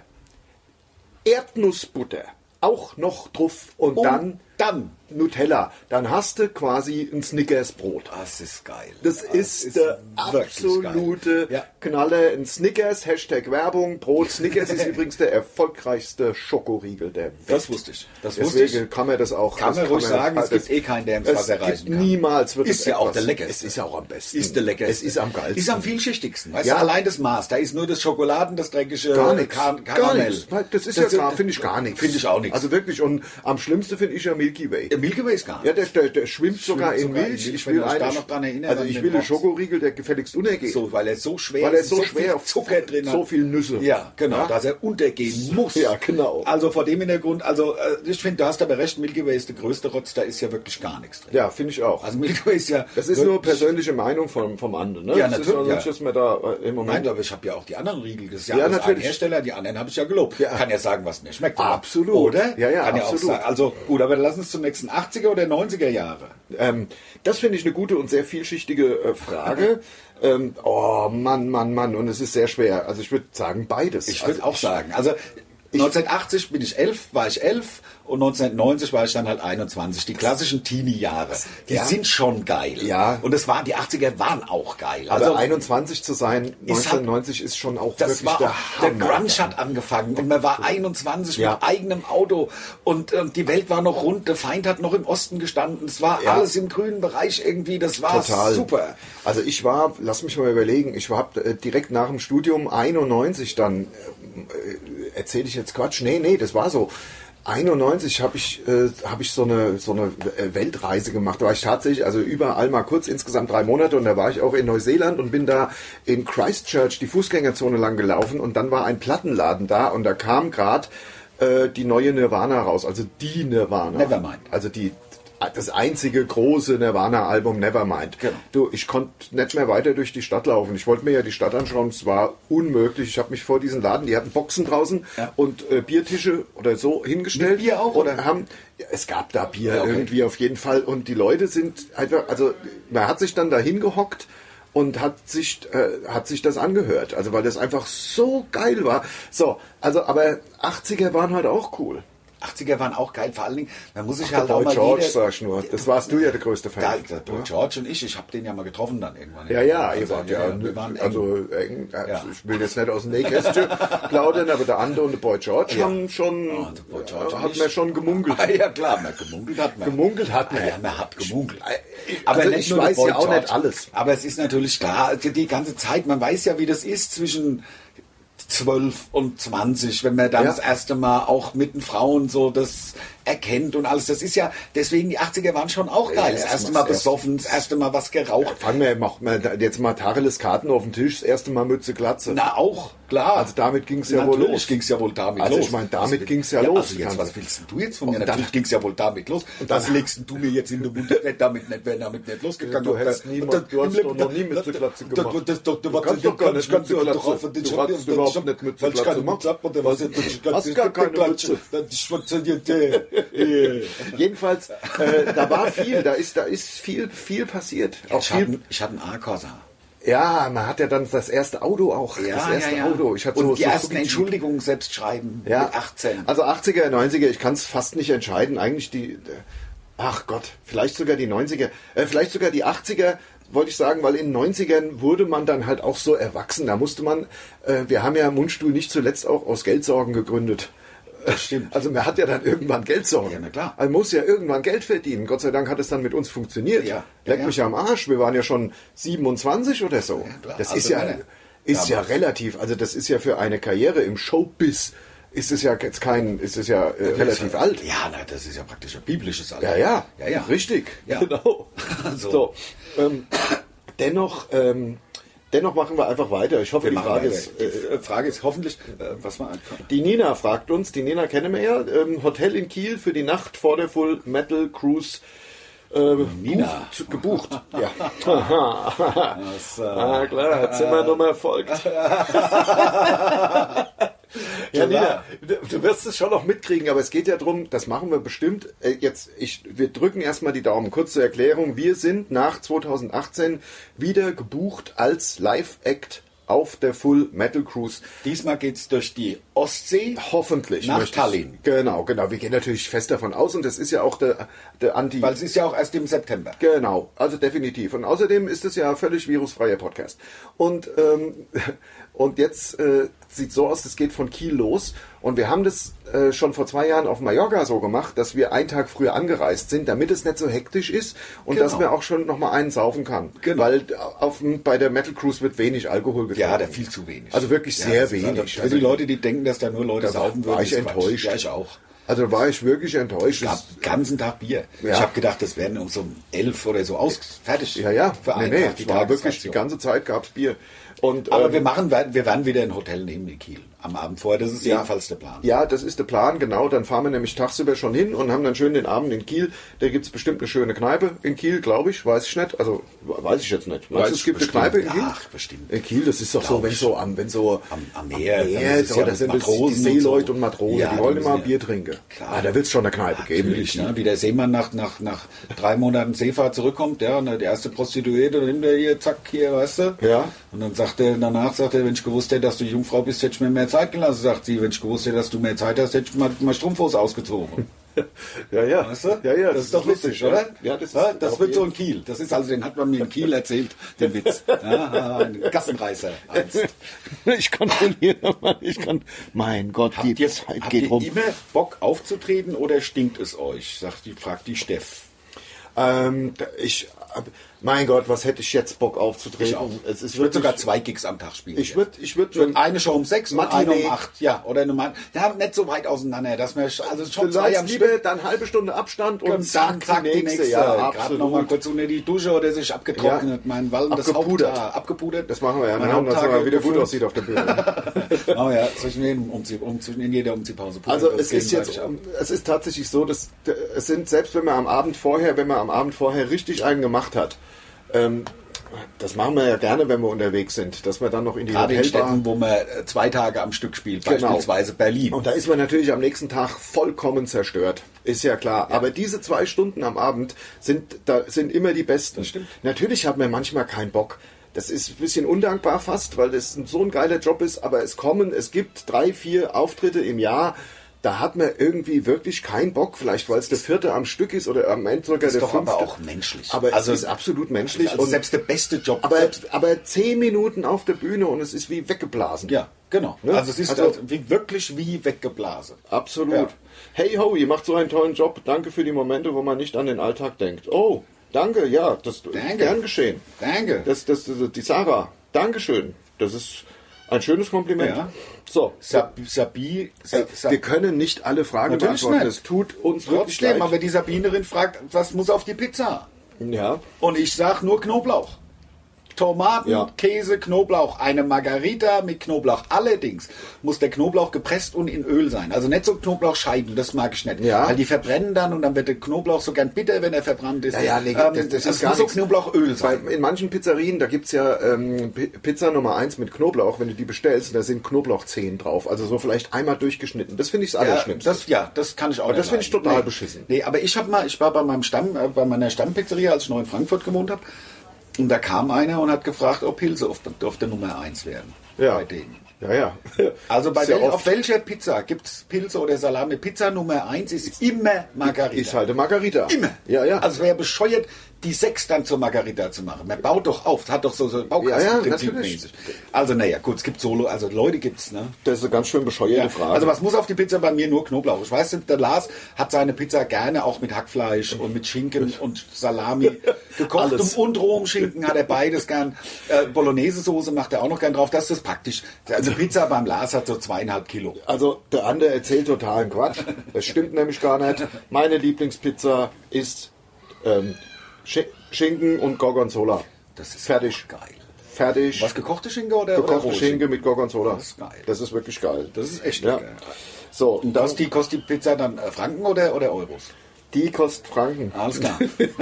Speaker 1: Erdnussbutter, auch noch drauf und dann Nutella. Dann hast du quasi ein Snickers-Brot.
Speaker 2: Das ist geil.
Speaker 1: Das ist der absolute Knaller. Ein Snickers, Hashtag Werbung, Brot. Snickers ist übrigens der erfolgreichste Schokoriegel der Welt.
Speaker 2: Das wusste ich.
Speaker 1: Deswegen kann man das auch...
Speaker 2: Kann man ruhig sagen, es gibt eh keinen, der ins Wasser reichen kann.
Speaker 1: Niemals wird
Speaker 2: ist ja auch der leckerste.
Speaker 1: Es ist ja auch am besten.
Speaker 2: Ist der leckerste.
Speaker 1: Es ist am geilsten.
Speaker 2: Ist am vielschichtigsten. Weißt du, allein das Maß. Da ist nur das Schokoladen, das dreckige Karamell.
Speaker 1: Gar nichts. Das ist finde ich gar nichts.
Speaker 2: Finde ich auch nichts.
Speaker 1: Also wirklich. Und am schlimmsten finde ich ja Milky Way.
Speaker 2: Milky Way ist gar nicht.
Speaker 1: Ja, der schwimmt sogar in Milch. Ich will einen Schokoriegel, der gefälligst untergeht.
Speaker 2: So, weil er so schwer ist.
Speaker 1: So schwer auf
Speaker 2: Zucker drin hat.
Speaker 1: So viel Nüsse.
Speaker 2: Ja, genau. Ja? Dass er untergehen muss.
Speaker 1: Ja, genau.
Speaker 2: Also vor dem Hintergrund, ich finde, du hast aber recht, Milky Way ist der größte Rotz, da ist ja wirklich gar nichts drin.
Speaker 1: Ja, finde ich auch.
Speaker 2: Also Milky Way ist ja...
Speaker 1: Das ist nur persönliche Meinung vom anderen. Ne?
Speaker 2: Ja,
Speaker 1: das
Speaker 2: natürlich.
Speaker 1: Ist ja nicht, dass man da im Moment...
Speaker 2: Nein, aber ich habe ja auch die anderen Riegel. Das ist ja alles ein Hersteller, die anderen habe ich ja gelobt. Ja. Kann ja sagen, was mir schmeckt. Oder?
Speaker 1: Absolut.
Speaker 2: Oder?
Speaker 1: Ja,
Speaker 2: Kann
Speaker 1: absolut.
Speaker 2: Ja auch sagen. Also gut, aber lass uns zum nächsten 80er oder 90er Jahre.
Speaker 1: Das finde ich eine gute und sehr vielschichtige Frage. Oh Mann. Und es ist sehr schwer. Also ich würde sagen beides.
Speaker 2: Ich würde auch sagen. Also 1980 war ich 11 und 1990 war ich dann halt 21. Die klassischen Teenie-Jahre, die sind schon geil.
Speaker 1: Ja.
Speaker 2: Und die 80er waren auch geil.
Speaker 1: Also 21 zu sein, 1990 ist schon auch
Speaker 2: das
Speaker 1: wirklich
Speaker 2: war
Speaker 1: der
Speaker 2: Der
Speaker 1: Hammer.
Speaker 2: Grunge hat angefangen und man war 21 mit eigenem Auto und die Welt war noch rund, der Feind hat noch im Osten gestanden. Es war alles im grünen Bereich irgendwie, das war
Speaker 1: total
Speaker 2: super.
Speaker 1: Also lass mich mal überlegen, ich war direkt nach dem Studium 91 dann, erzähle ich jetzt Quatsch? Nee, das war so. 91 habe ich so eine Weltreise gemacht. Da war ich tatsächlich, also überall mal kurz, insgesamt 3 Monate, und da war ich auch in Neuseeland und bin da in Christchurch die Fußgängerzone lang gelaufen und dann war ein Plattenladen da und da kam gerade die neue Nirvana raus, also die Nirvana.
Speaker 2: Nevermind.
Speaker 1: Also das einzige große Nirvana-Album Nevermind.
Speaker 2: Genau.
Speaker 1: Du, ich konnte nicht mehr weiter durch die Stadt laufen. Ich wollte mir ja die Stadt anschauen. Es war unmöglich. Ich habe mich vor diesen Laden, die hatten Boxen draußen und Biertische oder so hingestellt.
Speaker 2: Mit Bier auch, oder?
Speaker 1: Es gab da Bier irgendwie auf jeden Fall. Und die Leute sind einfach, also man hat sich dann da hingehockt und hat sich das angehört. Also weil das einfach so geil war. So, also aber 80er waren halt auch cool.
Speaker 2: 80er waren auch geil, vor allen Dingen, man muss sich
Speaker 1: halt auch mal George, sagst du nur. Das warst du ja der größte Fan.
Speaker 2: Der Boy George und ich habe den ja mal getroffen dann irgendwann.
Speaker 1: Ja, ihr wart wir waren eng. Also ich will jetzt nicht aus dem Nähkästchen plaudern, aber der andere und der Boy George haben schon, hat man schon gemunkelt.
Speaker 2: Ja klar, gemunkelt hat man.
Speaker 1: Gemunkelt hat man.
Speaker 2: Ja, man hat gemunkelt.
Speaker 1: Aber also ich weiß ja auch nicht alles.
Speaker 2: Aber es ist natürlich klar, die ganze Zeit, man weiß ja, wie das ist zwischen 12 und 20, wenn man dann das erste Mal auch mit den Frauen so das erkennt und alles. Das ist ja, deswegen die 80er waren schon auch geil. Das erste Mal besoffen, das erste Mal was geraucht.
Speaker 1: Fangen wir jetzt mal Tacheles Karten auf den Tisch, das erste Mal Mütze, Glatze.
Speaker 2: Na auch, klar.
Speaker 1: Also damit ging es ja wohl los.
Speaker 2: Natürlich ging es ja wohl damit los.
Speaker 1: Also ich meine, damit ging es ja los.
Speaker 2: Also jetzt, was willst du jetzt von mir? Natürlich ging es ja wohl damit los. Und das legst du mir jetzt in den Mund, wäre damit nicht losgegangen.
Speaker 1: Du hast noch nie Mütze, Glatze gemacht.
Speaker 2: Du
Speaker 1: kannst doch gar nicht Mütze, Glatze. Du hast überhaupt nicht Mütze, Glatze gemacht. Du hast gar keine Mütze. Jedenfalls, da war viel, da ist viel passiert.
Speaker 2: Ich hatte einen A-Corsa.
Speaker 1: Ja, man hat ja dann das erste Auto auch.
Speaker 2: Ja,
Speaker 1: das erste Auto. Ich hatte
Speaker 2: und die ersten Entschuldigungen selbst schreiben mit 18.
Speaker 1: Also 80er, 90er, ich kann es fast nicht entscheiden. Eigentlich ach Gott, vielleicht sogar die 90er, vielleicht sogar die 80er, wollte ich sagen, weil in den 90ern wurde man dann halt auch so erwachsen. Da musste man, wir haben ja Mundstuhl nicht zuletzt auch aus Geldsorgen gegründet.
Speaker 2: Das stimmt.
Speaker 1: Also man hat ja dann irgendwann Geldsorgen.
Speaker 2: Ja, na klar.
Speaker 1: Man muss ja irgendwann Geld verdienen. Gott sei Dank hat es dann mit uns funktioniert.
Speaker 2: Ja.
Speaker 1: Leck mich am Arsch. Wir waren ja schon 27 oder so.
Speaker 2: Ja, klar.
Speaker 1: Das
Speaker 2: Also
Speaker 1: ist ja relativ. Also das ist ja für eine Karriere im Showbiz ist es ja jetzt relativ alt.
Speaker 2: Ja, na, das ist ja praktisch ein biblisches Alter.
Speaker 1: Ja.
Speaker 2: Ja.
Speaker 1: Richtig.
Speaker 2: Ja.
Speaker 1: Genau.
Speaker 2: So.
Speaker 1: Dennoch, Dennoch machen wir einfach weiter. Ich hoffe, die
Speaker 2: Frage ist hoffentlich, was war
Speaker 1: die Nina fragt uns, die Nina kennen wir ja, Hotel in Kiel für die Nacht vor der Full Metal Cruise
Speaker 2: Nina.
Speaker 1: Gebucht. Ja. Klar, Zimmernummer folgt. Ja, Nina, du wirst es schon noch mitkriegen, aber es geht ja darum, das machen wir bestimmt. Wir drücken erstmal die Daumen. Kurze Erklärung. Wir sind nach 2018 wieder gebucht als Live-Act auf der Full Metal Cruise.
Speaker 2: Diesmal geht's durch die Ostsee.
Speaker 1: Hoffentlich.
Speaker 2: Nach Tallinn.
Speaker 1: Genau. Wir gehen natürlich fest davon aus und das ist ja auch der Anti...
Speaker 2: Weil es ist ja auch erst im September.
Speaker 1: Genau, also definitiv. Und außerdem ist es ja völlig virusfreier Podcast. Und jetzt sieht so aus, es geht von Kiel los. Und wir haben das schon vor 2 Jahren auf Mallorca so gemacht, dass wir einen Tag früher angereist sind, damit es nicht so hektisch ist und dass man auch schon noch mal einen saufen kann.
Speaker 2: Genau.
Speaker 1: Weil bei der Metal Cruise wird wenig Alkohol getrunken.
Speaker 2: Ja, da viel zu wenig.
Speaker 1: Also wirklich sehr wenig.
Speaker 2: Für die Leute, die denken, dass da nur Leute saufen würden,
Speaker 1: war ich enttäuscht.
Speaker 2: Ja, ich auch.
Speaker 1: Also war ich wirklich enttäuscht.
Speaker 2: Es gab den ganzen Tag Bier.
Speaker 1: Ja.
Speaker 2: Ich habe gedacht, das werden um so 11 oder so fertig.
Speaker 1: Ja.
Speaker 2: Für einen Tag.
Speaker 1: Es war wirklich, die ganze Zeit gab es Bier.
Speaker 2: Aber wir werden wieder ein Hotel nehmen in Kiel am Abend vorher. Das ist jedenfalls der Plan.
Speaker 1: Ja, das ist der Plan, genau. Dann fahren wir nämlich tagsüber schon hin und haben dann schön den Abend in Kiel. Da gibt es bestimmt eine schöne Kneipe in Kiel, glaube ich. Weiß ich nicht. Also, weiß ich jetzt nicht. Meinst du, es gibt eine Kneipe in Kiel?
Speaker 2: Ach, bestimmt.
Speaker 1: In Kiel, das ist doch so, wenn so
Speaker 2: am Meer,
Speaker 1: da sind die Seeleute und Matrosen,
Speaker 2: ja,
Speaker 1: die wollen immer Bier trinken.
Speaker 2: Klar.
Speaker 1: Da wird es schon eine Kneipe geben.
Speaker 2: Natürlich, ne? Wie der Seemann nach 3 Monaten Seefahrt zurückkommt, ja, und die erste Prostituierte und hinter hier, zack, hier, weißt du?
Speaker 1: Ja.
Speaker 2: Und dann danach sagt er, wenn ich gewusst hätte, dass du Jungfrau bist, hätte ich mir mehr Zeit gelassen, sagt sie. Wenn ich gewusst hätte, dass du mehr Zeit hast, hätte ich mal Strumpfhose ausgezogen.
Speaker 1: Ja.
Speaker 2: Weißt du?
Speaker 1: Ja.
Speaker 2: Das ist doch lustig, oder?
Speaker 1: Ja, das
Speaker 2: wird so in Kiel. Das ist also, den hat man mir in Kiel erzählt, den Witz. Ja, ein Gassenreißer.
Speaker 1: Ich kontrolliere mal. Mein Gott, die Zeit geht rum.
Speaker 2: Habt ihr immer Bock aufzutreten oder stinkt es euch? Fragt die Steff.
Speaker 1: Mein Gott, was hätte ich jetzt Bock aufzutreten?
Speaker 2: Ich auch. Ich würde sogar 2 Gigs am Tag spielen.
Speaker 1: Ich würde
Speaker 2: eine Show um 6 und eine um 8. Ja, oder nicht so weit auseinander, dass wir also schon 2 am
Speaker 1: Stück. Dann halbe Stunde Abstand und
Speaker 2: zack, die nächste.
Speaker 1: Ja,
Speaker 2: gerade noch mal kurz unter die Dusche oder sich abgetrocknet. Ja. Mein wallendes Haupthaar abgepudert.
Speaker 1: Das machen wir ja. Dann dass es wieder gut aussieht auf der Bühne.
Speaker 2: Oh ja, zwischen jeder Umziehpause.
Speaker 1: Also es ist tatsächlich so, dass es sind, selbst wenn man am Abend vorher richtig einen gemacht hat, das machen wir ja gerne, wenn wir unterwegs sind, dass wir dann noch in die
Speaker 2: Hotelbar... Gerade in Städten, wo man 2 Tage am Stück spielt, beispielsweise Berlin.
Speaker 1: Und da ist man natürlich am nächsten Tag vollkommen zerstört, ist ja klar. Ja. Aber diese 2 Stunden am Abend sind immer die besten.
Speaker 2: Das stimmt.
Speaker 1: Natürlich hat man manchmal keinen Bock. Das ist ein bisschen undankbar fast, weil das so ein geiler Job ist, aber es gibt 3, 4 Auftritte im Jahr. Da hat man irgendwie wirklich keinen Bock, vielleicht weil es der 4. am Stück ist oder am Ende sogar der 5.
Speaker 2: Das ist doch aber auch menschlich.
Speaker 1: Aber es ist absolut menschlich.
Speaker 2: Also selbst der beste Job.
Speaker 1: Aber 10 Minuten auf der Bühne und es ist wie weggeblasen.
Speaker 2: Ja, genau.
Speaker 1: Ne?
Speaker 2: Also es ist wirklich wie weggeblasen.
Speaker 1: Absolut. Ja. Hey ho, ihr macht so einen tollen Job. Danke für die Momente, wo man nicht an den Alltag denkt. Oh, danke, ja, das ist gern geschehen.
Speaker 2: Danke.
Speaker 1: Die Sarah, Dankeschön. Das ist ein schönes Kompliment.
Speaker 2: Ja.
Speaker 1: So,
Speaker 2: Sabi,
Speaker 1: wir können nicht alle Fragen beantworten. Es tut uns wirklich leid.
Speaker 2: Aber die Sabinerin fragt, was muss auf die Pizza?
Speaker 1: Ja.
Speaker 2: Und ich sag nur Knoblauch. Tomaten, Käse, Knoblauch, eine Margarita mit Knoblauch. Allerdings muss der Knoblauch gepresst und in Öl sein. Also nicht so Knoblauchscheiben, das mag ich nicht.
Speaker 1: Ja.
Speaker 2: Weil die verbrennen dann und dann wird der Knoblauch so gern bitter, wenn er verbrannt ist.
Speaker 1: Das ist gar
Speaker 2: muss so Knoblauchöl sein.
Speaker 1: In manchen Pizzerien, da gibt es ja Pizza Nummer 1 mit Knoblauch, wenn du die bestellst, da sind Knoblauchzehen drauf. Also so vielleicht einmal durchgeschnitten. Das finde ich das Allerschlimmste.
Speaker 2: Das kann ich auch
Speaker 1: nicht. Das finde ich total beschissen.
Speaker 2: Nee, aber ich war bei meiner Stammpizzeria, als ich noch in Frankfurt gewohnt habe. Und da kam einer und hat gefragt, ob Pilze auf der Nummer 1 wären.
Speaker 1: Ja.
Speaker 2: Bei denen.
Speaker 1: Ja.
Speaker 2: Also auf welcher Pizza gibt es Pilze oder Salami? Pizza Nummer 1 ist immer Margarita.
Speaker 1: Ist halt eine Margarita.
Speaker 2: Immer.
Speaker 1: Ja.
Speaker 2: Also wäre bescheuert, die 6 dann zur Margarita zu machen. Man baut doch auf, hat doch so Baukastenprinzip mäßig. Also naja, gut, es gibt also Leute gibt's, ne?
Speaker 1: Das ist eine ganz schön bescheuerte Frage.
Speaker 2: Also was muss auf die Pizza? Bei mir nur Knoblauch. Ich weiß, der Lars hat seine Pizza gerne auch mit Hackfleisch und mit Schinken und Salami gekocht. Und rohem Schinken hat er beides gern. Bolognese-Soße macht er auch noch gern drauf. Das ist praktisch. Also Pizza beim Lars hat so 2,5 Kilo.
Speaker 1: Also der andere erzählt totalen Quatsch. Das stimmt nämlich gar nicht. Meine Lieblingspizza ist Schinken und Gorgonzola.
Speaker 2: Das ist
Speaker 1: fertig.
Speaker 2: Geil.
Speaker 1: fertig.
Speaker 2: Was, gekochte Schinken oder
Speaker 1: Gekochte
Speaker 2: rohe
Speaker 1: Schinken mit Gorgonzola.
Speaker 2: Das ist geil.
Speaker 1: Das ist wirklich geil.
Speaker 2: Das ist echt
Speaker 1: Ja.
Speaker 2: lecker.
Speaker 1: So,
Speaker 2: Und
Speaker 1: dann,
Speaker 2: kostet die Pizza dann Franken oder Euros?
Speaker 1: die kostet Franken.
Speaker 2: Alles klar.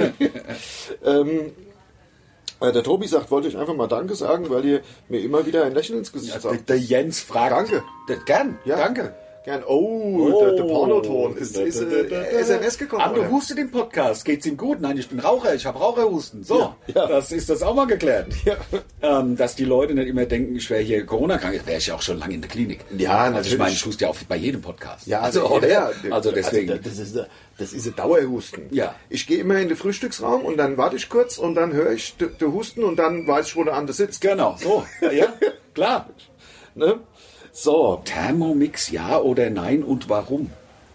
Speaker 1: Der Tobi sagt, wollte ich einfach mal Danke sagen, weil ihr mir immer wieder ein Lächeln ins Gesicht sagt.
Speaker 2: Der Jens fragt.
Speaker 1: Danke.
Speaker 2: Gern,
Speaker 1: Ja.
Speaker 2: danke.
Speaker 1: Gern. Oh, der Pornoton ist SMS gekommen.
Speaker 2: Ando
Speaker 1: oder?
Speaker 2: hustet im Podcast. Geht's ihm gut? Nein, ich bin Raucher. Ich habe Raucherhusten. So,
Speaker 1: Ja.
Speaker 2: das ist das auch mal geklärt.
Speaker 1: Ja.
Speaker 2: Dass die Leute nicht immer denken, ich wäre hier Corona-krank. Wäre ich ja auch schon lange in der Klinik.
Speaker 1: Ja,
Speaker 2: Also
Speaker 1: natürlich.
Speaker 2: ich meine, ich huste ja auch bei jedem Podcast.
Speaker 1: Ja,
Speaker 2: also,
Speaker 1: also,
Speaker 2: oder?
Speaker 1: ja,
Speaker 2: Also deswegen.
Speaker 1: das ist ein Dauerhusten.
Speaker 2: Ja.
Speaker 1: Ich gehe immer in den Frühstücksraum und dann warte ich kurz und dann höre ich den Husten und dann weiß ich, wo der andere sitzt.
Speaker 2: Genau, so. Ja, klar.
Speaker 1: Ne? So.
Speaker 2: Thermomix, ja oder nein und warum?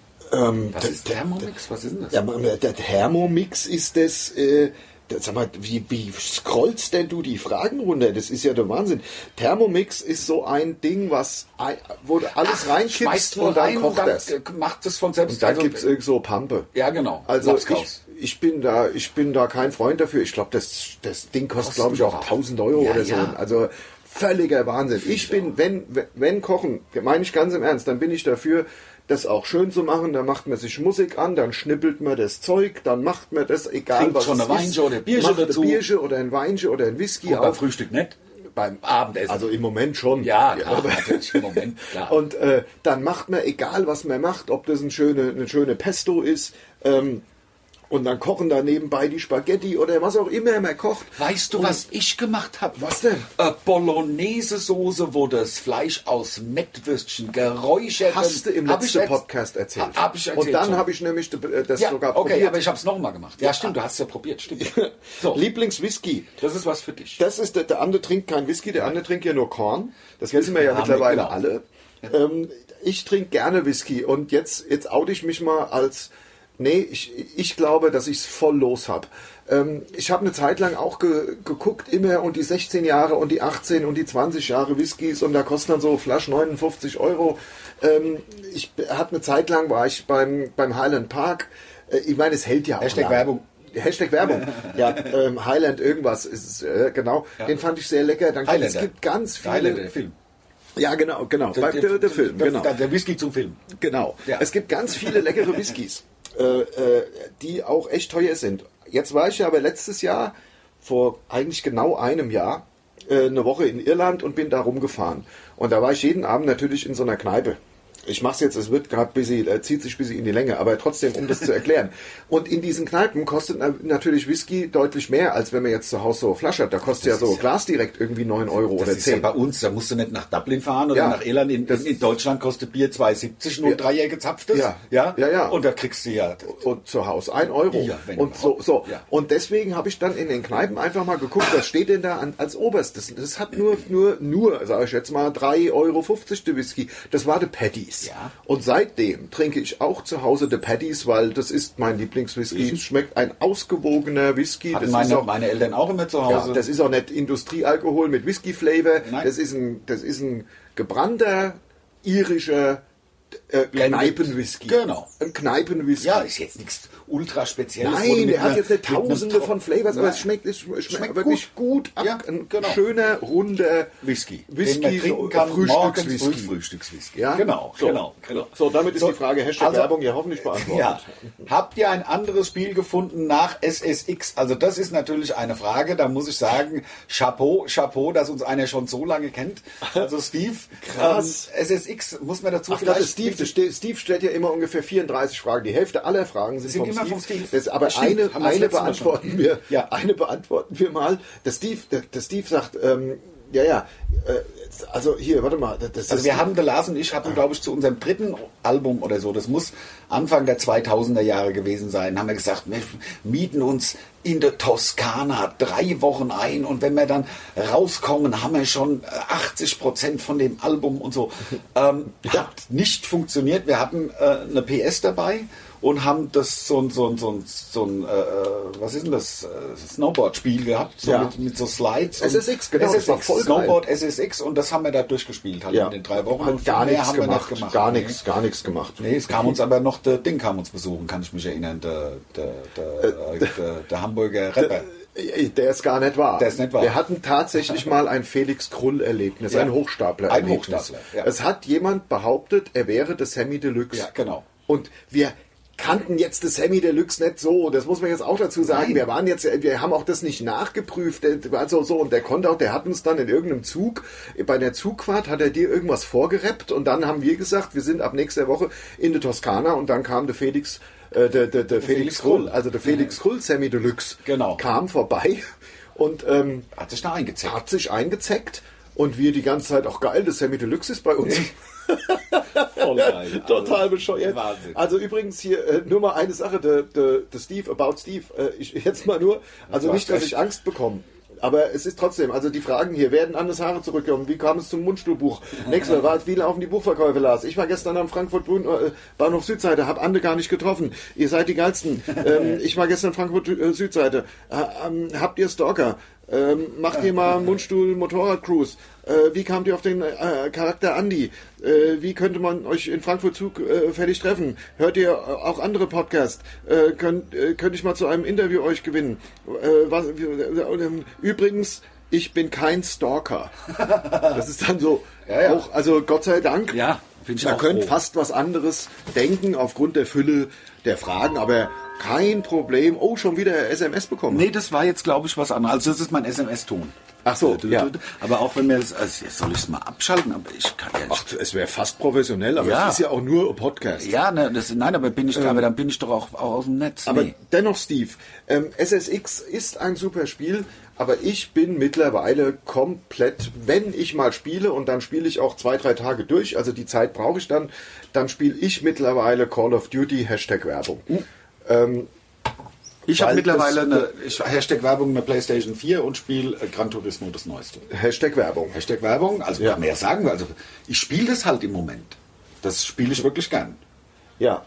Speaker 2: Was ist Thermomix? Was ist denn das?
Speaker 1: Ja, der Thermomix ist das. Sag mal, wie scrollst denn du die Fragen runter? Das ist ja der Wahnsinn. Thermomix ist so ein Ding, wo du alles reinkippst und dann kocht das.
Speaker 2: Macht es von selbst.
Speaker 1: Und dann gibt's irgend so Pampe.
Speaker 2: Ja, genau.
Speaker 1: Also
Speaker 2: Lapskaus.
Speaker 1: ich bin da kein Freund dafür. Ich glaube, das Ding kostet, glaube ich, auch 1.000 Euro
Speaker 2: Ja,
Speaker 1: oder so.
Speaker 2: ja.
Speaker 1: Also völliger Wahnsinn. Ich bin, wenn kochen, meine ich ganz im Ernst, dann bin ich dafür, das auch schön zu machen. Da macht man sich Musik an, dann schnippelt man das Zeug, dann macht man das, egal
Speaker 2: Trinkt
Speaker 1: was
Speaker 2: schon
Speaker 1: es
Speaker 2: eine
Speaker 1: ist.
Speaker 2: Weinchen oder Bierchen
Speaker 1: Macht
Speaker 2: dazu.
Speaker 1: ein Bierchen oder ein Weinchen oder ein Whisky
Speaker 2: Gut, beim
Speaker 1: auf.
Speaker 2: Frühstück nicht.
Speaker 1: Beim
Speaker 2: Abendessen.
Speaker 1: Also im Moment schon.
Speaker 2: Ja, klar,
Speaker 1: aber-
Speaker 2: natürlich im Moment, klar.
Speaker 1: Und dann macht man, egal was man macht, ob das eine schöne Pesto ist, und dann kochen da nebenbei die Spaghetti oder was auch immer man kocht.
Speaker 2: Weißt du, was ich gemacht habe?
Speaker 1: Was denn?
Speaker 2: Bolognese-Soße, wo das Fleisch aus Mettwürstchen geräuchert
Speaker 1: Hast du im letzten Podcast erzählt.
Speaker 2: Hab ich erzählt
Speaker 1: und dann
Speaker 2: schon.
Speaker 1: habe ich nämlich das
Speaker 2: Ja,
Speaker 1: sogar
Speaker 2: okay,
Speaker 1: probiert.
Speaker 2: aber ich habe es nochmal gemacht. Ja, stimmt, du hast es ja probiert, stimmt. So,
Speaker 1: Lieblingswhisky.
Speaker 2: das ist was für dich.
Speaker 1: Das ist der andere trinkt kein Whisky, der andere trinkt ja nur Korn. Das wissen wir ja
Speaker 2: haben wir,
Speaker 1: mittlerweile
Speaker 2: genau.
Speaker 1: alle. Ich trinke gerne Whisky und jetzt oute ich mich mal als ich glaube, dass ich es voll los habe. Ich habe eine Zeit lang auch geguckt immer und die 16 Jahre und die 18 und die 20 Jahre Whiskys und da kosten dann so Flaschen 59 Euro. Ich hatte eine Zeit lang, war ich beim Highland Park. Ich meine, es hält ja auch
Speaker 2: Hashtag
Speaker 1: lange.
Speaker 2: Werbung.
Speaker 1: Hashtag Werbung. Ja, Highland irgendwas ist es, genau. Ja. Den fand ich sehr lecker. Dann
Speaker 2: Highlander.
Speaker 1: es gibt ganz viele.
Speaker 2: Highlander, der Film.
Speaker 1: Ja, genau. Der Film, genau.
Speaker 2: Der Whisky zum Film.
Speaker 1: Genau.
Speaker 2: Ja.
Speaker 1: Es gibt ganz viele leckere Whiskys, die auch echt teuer sind. Jetzt war ich ja aber letztes Jahr, vor eigentlich genau einem Jahr, eine Woche in Irland und bin da rumgefahren. Und da war ich jeden Abend natürlich in so einer Kneipe. Ich mach's jetzt, es wird gerade zieht sich ein bisschen in die Länge, aber trotzdem, um das zu erklären. Und in diesen Kneipen kostet natürlich Whisky deutlich mehr, als wenn man jetzt zu Hause so flaschert. Da kostet ja so Glas direkt irgendwie 9 Euro
Speaker 2: Das
Speaker 1: oder
Speaker 2: ist
Speaker 1: 10.
Speaker 2: ja bei uns, da musst du nicht nach Dublin fahren oder
Speaker 1: Ja.
Speaker 2: nach Irland. In Deutschland kostet Bier 2,70, nur
Speaker 1: Ja.
Speaker 2: 3 gezapftes.
Speaker 1: Ja.
Speaker 2: Und da kriegst du ja...
Speaker 1: Und zu Hause 1 Euro.
Speaker 2: Ja, wenn
Speaker 1: und
Speaker 2: überhaupt.
Speaker 1: so.
Speaker 2: Ja.
Speaker 1: Und deswegen habe ich dann in den Kneipen einfach mal geguckt, was steht denn da als Oberstes. Das hat nur, sage ich jetzt mal, 3,50 Euro der Whisky. Das war der Paddy's.
Speaker 2: Ja.
Speaker 1: Und seitdem trinke ich auch zu Hause der Paddy's, weil das ist mein Lieblingswhisky. Es schmeckt ein ausgewogener Whisky.
Speaker 2: Hatten
Speaker 1: Das ist auch,
Speaker 2: meine Eltern auch immer zu Hause.
Speaker 1: ja, das ist auch nicht Industriealkohol mit Whisky-Flavor.
Speaker 2: Nein.
Speaker 1: Das ist ein gebrannter irischer Kneipenwhisky.
Speaker 2: Genau.
Speaker 1: Ein Kneipenwhisky.
Speaker 2: Ja, ist jetzt nichts ultra Spezielles. wo du
Speaker 1: Nein,
Speaker 2: mit
Speaker 1: der hat
Speaker 2: einer-
Speaker 1: jetzt nicht
Speaker 2: mit einem
Speaker 1: tausende
Speaker 2: Tro-
Speaker 1: von Flavors, aber
Speaker 2: Nein.
Speaker 1: es schmeckt
Speaker 2: Schmeckt
Speaker 1: wirklich gut.
Speaker 2: Ja,
Speaker 1: Ein
Speaker 2: genau.
Speaker 1: schöner, runder
Speaker 2: Whisky.
Speaker 1: Whisky,
Speaker 2: den man trinken kann,
Speaker 1: Frühstückswhisky.
Speaker 2: morgens Frühstückswhisky.
Speaker 1: Ja?
Speaker 2: Genau,
Speaker 1: So.
Speaker 2: genau.
Speaker 1: So, damit ist
Speaker 2: So,
Speaker 1: die Frage Hashtag
Speaker 2: also-
Speaker 1: Werbung ja hoffentlich beantwortet.
Speaker 2: Ja. Habt ihr ein anderes Spiel gefunden nach SSX? Also das ist natürlich eine Frage, da muss ich sagen, Chapeau, dass uns einer schon so lange kennt. Also Steve,
Speaker 1: Krass.
Speaker 2: SSX, muss man dazu
Speaker 1: Ach, das ist Steve. Steve stellt ja immer ungefähr 34 Fragen. Die Hälfte aller Fragen sind
Speaker 2: immer vom Steve.
Speaker 1: Aber
Speaker 2: Das stimmt, haben wir das letzte Mal schon. Ja.
Speaker 1: eine beantworten wir mal. Der Steve sagt, also hier, warte mal.
Speaker 2: Also wir haben, der Lars und ich hatten, glaube ich, zu unserem dritten Album oder so, das muss Anfang der 2000er Jahre gewesen sein, haben wir gesagt, wir mieten uns in der Toskana 3 Wochen ein und wenn wir dann rauskommen, haben wir schon 80% von dem Album und so. Hat nicht funktioniert. Wir hatten eine PS dabei und haben das so ein was ist denn das? Snowboard-Spiel gehabt, so
Speaker 1: Ja.
Speaker 2: mit so Slides.
Speaker 1: SSX, genau, das war voll geil.
Speaker 2: Snowboard SSX und das haben wir da durchgespielt halt in den 3 Wochen. Und
Speaker 1: gar
Speaker 2: viel mehr
Speaker 1: nichts
Speaker 2: haben wir
Speaker 1: gemacht.
Speaker 2: nicht gemacht.
Speaker 1: Gar
Speaker 2: Nee.
Speaker 1: nichts gemacht.
Speaker 2: Nee, es kam uns aber noch, der Ding kam uns besuchen, kann ich mich erinnern, der Hamburger Rapper.
Speaker 1: Der ist gar nicht wahr.
Speaker 2: Der ist nicht wahr.
Speaker 1: Wir hatten tatsächlich mal ein Felix Krull-Erlebnis,
Speaker 2: Ja.
Speaker 1: ein Hochstapler-Erlebnis.
Speaker 2: Ein Hochstapler, ja.
Speaker 1: Es hat jemand behauptet, er wäre der Sammy Deluxe.
Speaker 2: Ja, genau.
Speaker 1: Und wir kannten jetzt das Sammy Deluxe nicht so, das muss man jetzt auch dazu sagen.
Speaker 2: Nein.
Speaker 1: Wir haben auch das nicht nachgeprüft, also so, und der hat uns dann in irgendeinem Zug, bei der Zugfahrt hat er dir irgendwas vorgerappt und dann haben wir gesagt, wir sind ab nächster Woche in der Toskana und dann kam der Felix, der Felix Krull, also der Felix Krull Sammy Deluxe,
Speaker 2: Genau.
Speaker 1: kam vorbei und
Speaker 2: Hat sich da eingezeckt.
Speaker 1: hat sich eingezeckt und wir die ganze Zeit, auch geil, das Sammy Deluxe ist bei uns.
Speaker 2: Voll geil.
Speaker 1: Total bescheuert.
Speaker 2: Wahnsinn.
Speaker 1: Also übrigens hier nur mal eine Sache, der Steve, About Steve, jetzt mal nur, also
Speaker 2: Du
Speaker 1: nicht,
Speaker 2: hast
Speaker 1: dass
Speaker 2: recht.
Speaker 1: ich Angst bekomme. Aber es ist trotzdem, also die Fragen hier, werden Annes Haare zurückkommen? Wie kam es zum Mundstuhlbuch? Nächster war, wie laufen die Verkäufe, Lars? Ich war gestern am Frankfurt Bahnhof Südseite, hab Anne gar nicht getroffen. Ihr seid die Geilsten. Ich war gestern Frankfurt Südseite. Habt ihr Stalker? Macht ihr mal Mundstuhl Motorrad-Cruise? Wie kamt ihr auf den Charakter Andi? Wie könnte man euch in Frankfurt zufällig treffen? Hört ihr auch andere Podcasts? Könnte ich mal zu einem Interview euch gewinnen? Übrigens, ich bin kein Stalker. Das ist dann so,
Speaker 2: Ja.
Speaker 1: auch, also Gott sei Dank.
Speaker 2: Ja, finde ich
Speaker 1: Man
Speaker 2: auch
Speaker 1: könnte
Speaker 2: froh.
Speaker 1: fast was anderes denken aufgrund der Fülle der Fragen, aber kein Problem. Oh, schon wieder SMS bekommen.
Speaker 2: Nee, das war jetzt, glaube ich, was anderes. Also das ist mein SMS-Ton.
Speaker 1: Ach so, ja.
Speaker 2: Aber auch wenn mir das, also jetzt soll ich es mal abschalten, aber ich kann ja
Speaker 1: Ach,
Speaker 2: nicht.
Speaker 1: es wäre fast professionell, aber
Speaker 2: Ja.
Speaker 1: es ist ja auch nur ein Podcast.
Speaker 2: Ja, ne, nein, aber aber dann bin ich doch auch aus dem Netz.
Speaker 1: Aber
Speaker 2: Nee.
Speaker 1: dennoch, Steve, SSX ist ein super Spiel, aber ich bin mittlerweile komplett, wenn ich mal spiele und dann spiele ich auch 2-3 Tage durch, also die Zeit brauche ich dann spiele ich mittlerweile Call of Duty #Werbung.
Speaker 2: Ich habe
Speaker 1: weil
Speaker 2: mittlerweile
Speaker 1: das-
Speaker 2: Hashtag Werbung eine PlayStation 4 und spiele Gran Turismo das Neueste.
Speaker 1: #Werbung.
Speaker 2: Hashtag Werbung, also
Speaker 1: Ja.
Speaker 2: kann man ja sagen, also ich spiele das halt im Moment. Das spiele ich wirklich gern.
Speaker 1: Ja.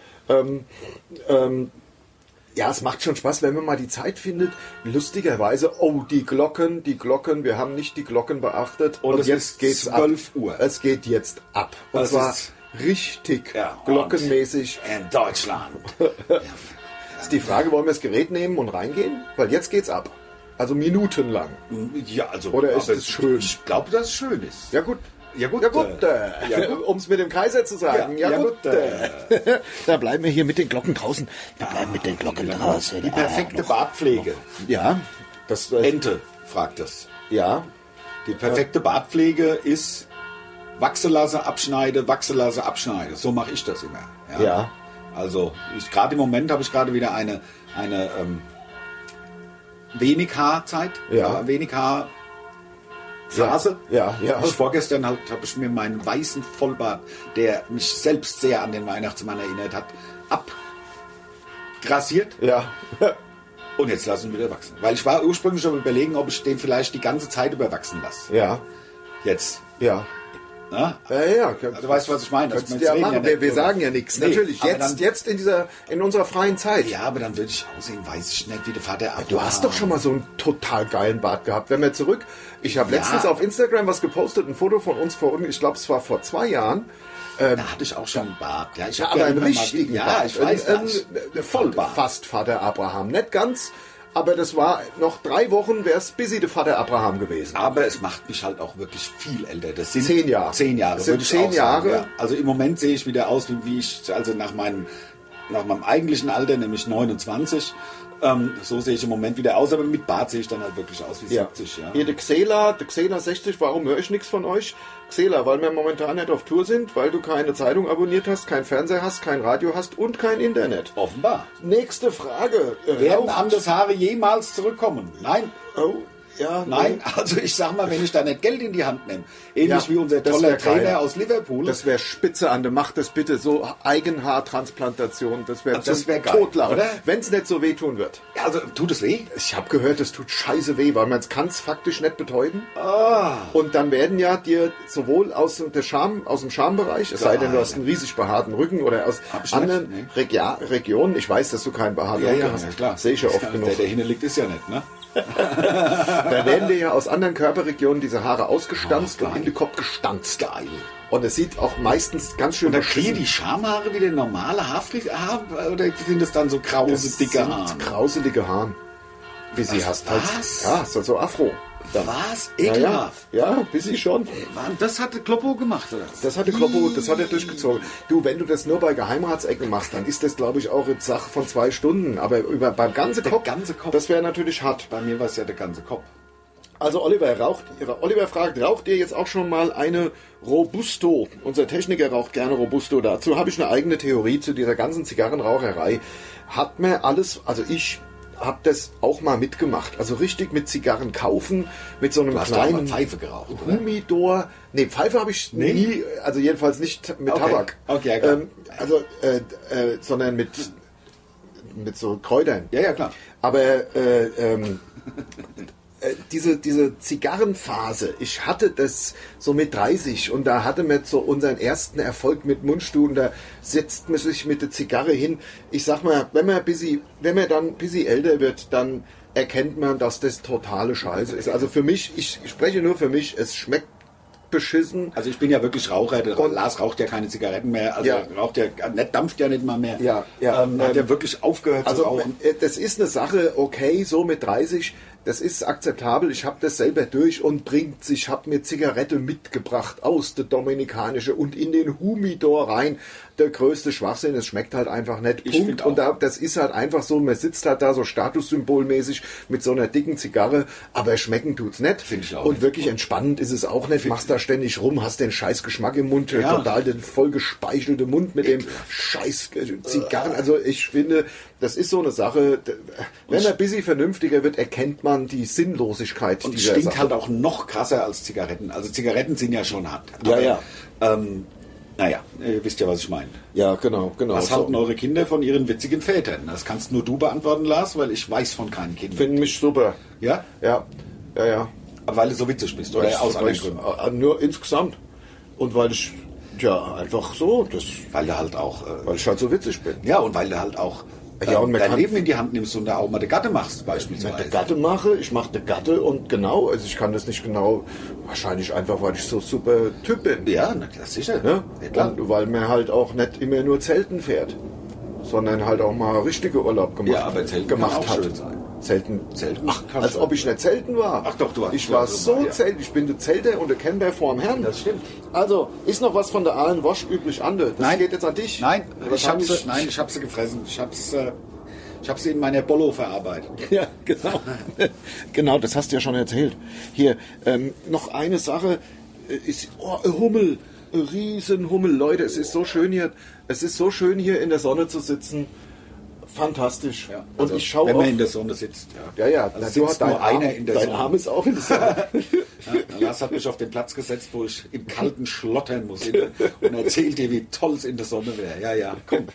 Speaker 1: Ja, es macht schon Spaß, wenn man mal die Zeit findet. Lustigerweise, oh, die Glocken, wir haben nicht die Glocken beachtet.
Speaker 2: Und es
Speaker 1: jetzt
Speaker 2: ist
Speaker 1: geht's
Speaker 2: 12
Speaker 1: ab.
Speaker 2: Uhr.
Speaker 1: Es geht jetzt ab. Und
Speaker 2: Das
Speaker 1: zwar
Speaker 2: ist-
Speaker 1: richtig
Speaker 2: Ja,
Speaker 1: glockenmäßig.
Speaker 2: In Deutschland.
Speaker 1: Ist die Frage, wollen wir das Gerät nehmen und reingehen? Weil jetzt geht's ab. Also minutenlang.
Speaker 2: Ja, also.
Speaker 1: Oder ist
Speaker 2: aber
Speaker 1: es schön?
Speaker 2: Ich glaube, dass es schön ist.
Speaker 1: Ja gut.
Speaker 2: Ja gut.
Speaker 1: Ja gut,
Speaker 2: Ja, gut.
Speaker 1: um es mit dem Kaiser zu sagen.
Speaker 2: Ja, gut,
Speaker 1: Da bleiben wir hier mit den Glocken draußen. Wir bleiben mit den Glocken draußen.
Speaker 2: Die perfekte Bartpflege.
Speaker 1: Ja, das
Speaker 2: Ente, fragt das.
Speaker 1: ja.
Speaker 2: Die perfekte Bartpflege ist wachse lasse, abschneide, wachse lasse, abschneide. So mache ich das immer.
Speaker 1: Ja.
Speaker 2: Also gerade im Moment habe ich gerade wieder eine wenig Haarzeit,
Speaker 1: Ja.
Speaker 2: wenig Haarphase.
Speaker 1: Ja, ja.
Speaker 2: Vorgestern habe ich mir meinen weißen Vollbart, der mich selbst sehr an den Weihnachtsmann erinnert hat, abgrasiert.
Speaker 1: Ja.
Speaker 2: Und jetzt lassen wir wieder wachsen. Weil ich war ursprünglich schon überlegen, ob ich den vielleicht die ganze Zeit überwachsen lasse.
Speaker 1: Ja.
Speaker 2: Jetzt.
Speaker 1: Ja.
Speaker 2: Na?
Speaker 1: Ja.
Speaker 2: Du weißt, was ich meine.
Speaker 1: Kannst
Speaker 2: Also,
Speaker 1: du ja
Speaker 2: reden
Speaker 1: machen.
Speaker 2: nicht
Speaker 1: Wir
Speaker 2: drüber.
Speaker 1: sagen ja nichts.
Speaker 2: Nee,
Speaker 1: Natürlich.
Speaker 2: aber
Speaker 1: Jetzt in unserer freien Zeit.
Speaker 2: Ja, aber dann würde ich aussehen, weiß ich nicht, wie der Vater Abraham.
Speaker 1: Du hast doch schon mal so einen total geilen Bart gehabt. Wenn wir zurück, ich habe
Speaker 2: Ja.
Speaker 1: letztens auf Instagram was gepostet, ein Foto von uns ich glaube, es war vor 2 Jahren.
Speaker 2: Da hatte ich auch schon einen Bart. Ja, ich
Speaker 1: Ja,
Speaker 2: hab
Speaker 1: aber einen
Speaker 2: immer mal-
Speaker 1: richtigen
Speaker 2: Ja,
Speaker 1: Bart.
Speaker 2: ich weiß.
Speaker 1: Vollbart. Fast Vater Abraham. Nicht ganz, aber das war noch 3 Wochen, wäre es busy der Vater Abraham gewesen.
Speaker 2: Aber es macht mich halt auch wirklich viel älter. Das sind
Speaker 1: 10 Jahre.
Speaker 2: 10 Jahre.
Speaker 1: Das sind
Speaker 2: würde ich
Speaker 1: 10
Speaker 2: auch sagen,
Speaker 1: Jahre.
Speaker 2: Ja. Also im Moment sehe ich wieder aus, wie ich, also nach meinem eigentlichen Alter, nämlich 29. So sehe ich im Moment wieder aus, aber mit Bart sehe ich dann halt wirklich aus wie 70. Ja.
Speaker 1: Ihr, der Xela 60, warum höre ich nichts von euch? Xela, weil wir momentan nicht auf Tour sind, weil du keine Zeitung abonniert hast, kein Fernseher hast, kein Radio hast und kein Internet.
Speaker 2: Offenbar.
Speaker 1: Nächste Frage.
Speaker 2: Werden Anders Haare jemals zurückkommen? Nein.
Speaker 1: Oh, ja,
Speaker 2: Nein, also ich sag mal, wenn ich da nicht Geld in die Hand nehme, ähnlich
Speaker 1: Ja,
Speaker 2: wie unser
Speaker 1: das
Speaker 2: toller
Speaker 1: wär geil.
Speaker 2: Trainer aus Liverpool,
Speaker 1: Das wäre spitze, Ande. Mach das bitte so. Eigenhaartransplantation. Das wäre
Speaker 2: Also das wär geil,
Speaker 1: totlachen.
Speaker 2: oder?
Speaker 1: Wenn es nicht so wehtun wird.
Speaker 2: ja, also tut es weh?
Speaker 1: Ich habe gehört, es tut scheiße weh, weil man kann es faktisch nicht betäuben.
Speaker 2: Ah.
Speaker 1: Und dann werden ja dir sowohl aus dem Schambereich, es sei denn, du hast einen riesig behaarten Rücken oder aus
Speaker 2: Hab ich
Speaker 1: anderen
Speaker 2: nicht,
Speaker 1: Regionen, ich weiß, dass du keinen behaarten Rücken hast.
Speaker 2: klar.
Speaker 1: Sehe ich ja oft genug.
Speaker 2: Der hinten liegt, ist ja nicht, ne?
Speaker 1: Da werden dir ja aus anderen Körperregionen diese Haare ausgestanzt
Speaker 2: Oh,
Speaker 1: und
Speaker 2: geil.
Speaker 1: in den Kopf gestanzt.
Speaker 2: Geil.
Speaker 1: Und es sieht auch meistens ganz schön
Speaker 2: Und da kriegen
Speaker 1: beschissen.
Speaker 2: die Schamhaare wieder normale Haarpflege oder sind das dann so krause,
Speaker 1: Das
Speaker 2: dicke
Speaker 1: sind
Speaker 2: Haare?
Speaker 1: krauselige Haaren. Busy hast halt.
Speaker 2: Was?
Speaker 1: Ja, ist halt so Afro. Dann.
Speaker 2: Was?
Speaker 1: Ja,
Speaker 2: Ekelhaft.
Speaker 1: ja, Busy schon.
Speaker 2: Das hatte Kloppo gemacht, oder?
Speaker 1: Das hat er durchgezogen. Du, wenn du das nur bei Geheimratsecken machst, dann ist das, glaube ich, auch eine Sache von 2 Stunden. Aber beim ganzen Kopf, das wäre natürlich hart.
Speaker 2: Bei mir war es ja der ganze Kopf.
Speaker 1: Also Oliver fragt, raucht ihr jetzt auch schon mal eine Robusto? Unser Techniker raucht gerne Robusto. Dazu habe ich eine eigene Theorie zu dieser ganzen Zigarrenraucherei. Hat mir alles, also ich habe das auch mal mitgemacht. Also richtig mit Zigarren kaufen, mit so einem kleinen
Speaker 2: Pfeife geraucht,
Speaker 1: Humidor. Nee, Pfeife habe ich nie, also jedenfalls nicht mit Tabak.
Speaker 2: Okay, klar.
Speaker 1: Sondern mit so Kräutern.
Speaker 2: Ja, klar.
Speaker 1: Aber diese Zigarrenphase, ich hatte das so mit 30 und da hatte man so unseren ersten Erfolg mit Mundstuhl, da setzt man sich mit der Zigarre hin. Ich sag mal, wenn man dann ein bisschen älter wird, dann erkennt man, dass das totale Scheiße ist. Also für mich, ich spreche nur für mich, es schmeckt beschissen.
Speaker 2: Also ich bin ja wirklich Raucher, Lars raucht ja keine Zigaretten mehr, also raucht ja, dampft ja nicht mal mehr. Hat ja wirklich aufgehört zu rauchen.
Speaker 1: Das ist eine Sache, okay, so mit 30, das ist akzeptabel. Ich habe das selber durch und ich habe mir Zigarette mitgebracht aus der Dominikanische und in den Humidor rein. Der größte Schwachsinn, es schmeckt halt einfach nicht. Punkt. Und das ist halt einfach so, man sitzt halt da so statussymbolmäßig mit so einer dicken Zigarre, aber schmecken tut's nicht.
Speaker 2: Finde ich auch.
Speaker 1: Und wirklich entspannend ist es auch nicht. Machst da ständig rum, hast den scheiß Geschmack im Mund, total den voll gespeichelte Mund mit dem scheiß Zigarren. Also ich finde, das ist so eine Sache, wenn man ein bisschen vernünftiger wird, erkennt man die Sinnlosigkeit
Speaker 2: und dieser Sache. Und stinkt halt auch noch krasser als Zigaretten. Also Zigaretten sind ja schon hart. Naja, ihr wisst ja, was ich meine.
Speaker 1: Ja, genau.
Speaker 2: Was halten eure Kinder von ihren witzigen Vätern? Das kannst nur du beantworten, Lars, weil ich weiß von keinen Kindern.
Speaker 1: Finden mich super.
Speaker 2: Ja?
Speaker 1: Ja.
Speaker 2: Aber weil du so witzig bist, oder aus anderen Gründen?
Speaker 1: Nur insgesamt. Und weil ich, einfach so,
Speaker 2: weil du halt auch...
Speaker 1: weil ich halt so witzig bin.
Speaker 2: Ja, und weil du halt auch...
Speaker 1: und
Speaker 2: dein Leben in die Hand nimmst und da auch mal die Gatte machst, beispielsweise.
Speaker 1: Wenn ich Gatte mache, ich mache die Gatte und genau, also ich kann das nicht genau, wahrscheinlich einfach, weil ich so super Typ bin.
Speaker 2: Ja, na klar, sicher.
Speaker 1: Ja? Ja, klar. Und weil man halt auch nicht immer nur Zelten fährt, sondern halt auch mal richtige Urlaub
Speaker 2: aber Zelten
Speaker 1: gemacht
Speaker 2: kann auch
Speaker 1: hat.
Speaker 2: Schön sein.
Speaker 1: Zelten.
Speaker 2: Ach,
Speaker 1: als ob ich nicht Zelten war.
Speaker 2: Ach doch, du hast.
Speaker 1: Ich war so Zelten. Ich bin der Zelter und der Camper vorm Herrn.
Speaker 2: Das stimmt.
Speaker 1: Also, ist noch was von der Aalen Wosch übrig, Ande? Das geht jetzt an dich.
Speaker 2: Nein, ich hab sie gefressen. Ich hab sie in meiner Bollo verarbeitet.
Speaker 1: Ja, genau. Genau, das hast du ja schon erzählt. Hier, noch eine Sache. Ein Hummel. Ein Riesenhummel. Leute, es ist so schön hier in der Sonne zu sitzen. Fantastisch.
Speaker 2: Ja, also
Speaker 1: und ich schaue
Speaker 2: wenn man in der Sonne sitzt.
Speaker 1: Ja.
Speaker 2: Also du hast nur einer in der Sonne.
Speaker 1: Dein Arm ist auch in der Sonne.
Speaker 2: Lars hat mich auf den Platz gesetzt, wo ich im Kalten schlottern muss und erzählt dir, wie toll es in der Sonne wäre. Ja, komm.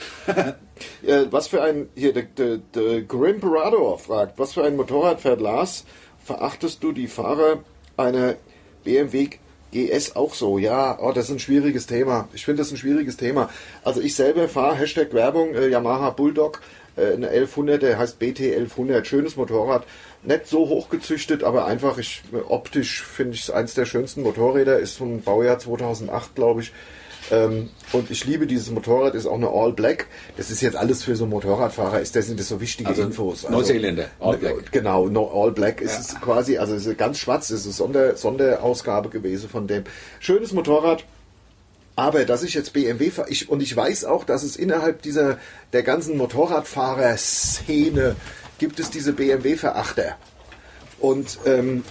Speaker 1: Was für ein, hier, der Grimperador fragt, was für ein Motorrad fährt Lars? Verachtest du die Fahrer einer BMW GS auch so? Ja, das ist ein schwieriges Thema. Ich finde das ein schwieriges Thema. Also ich selber fahre, #Werbung, Yamaha Bulldog, eine 1100, der heißt BT 1100, schönes Motorrad. Nicht so hochgezüchtet, aber einfach, optisch finde ich es eins der schönsten Motorräder, ist vom Baujahr 2008, glaube ich. Und ich liebe dieses Motorrad, ist auch eine All Black. Das ist jetzt alles für so Motorradfahrer, sind das so wichtige Infos.
Speaker 2: Neuseeländer, All Black.
Speaker 1: Genau, All Black ist es quasi, also es ist ganz schwarz, es ist eine Sonderausgabe gewesen von dem. Schönes Motorrad. Aber dass ich jetzt BMW fahre, und ich weiß auch, dass es innerhalb der ganzen Motorradfahrer-Szene gibt es diese BMW-Verachter. Und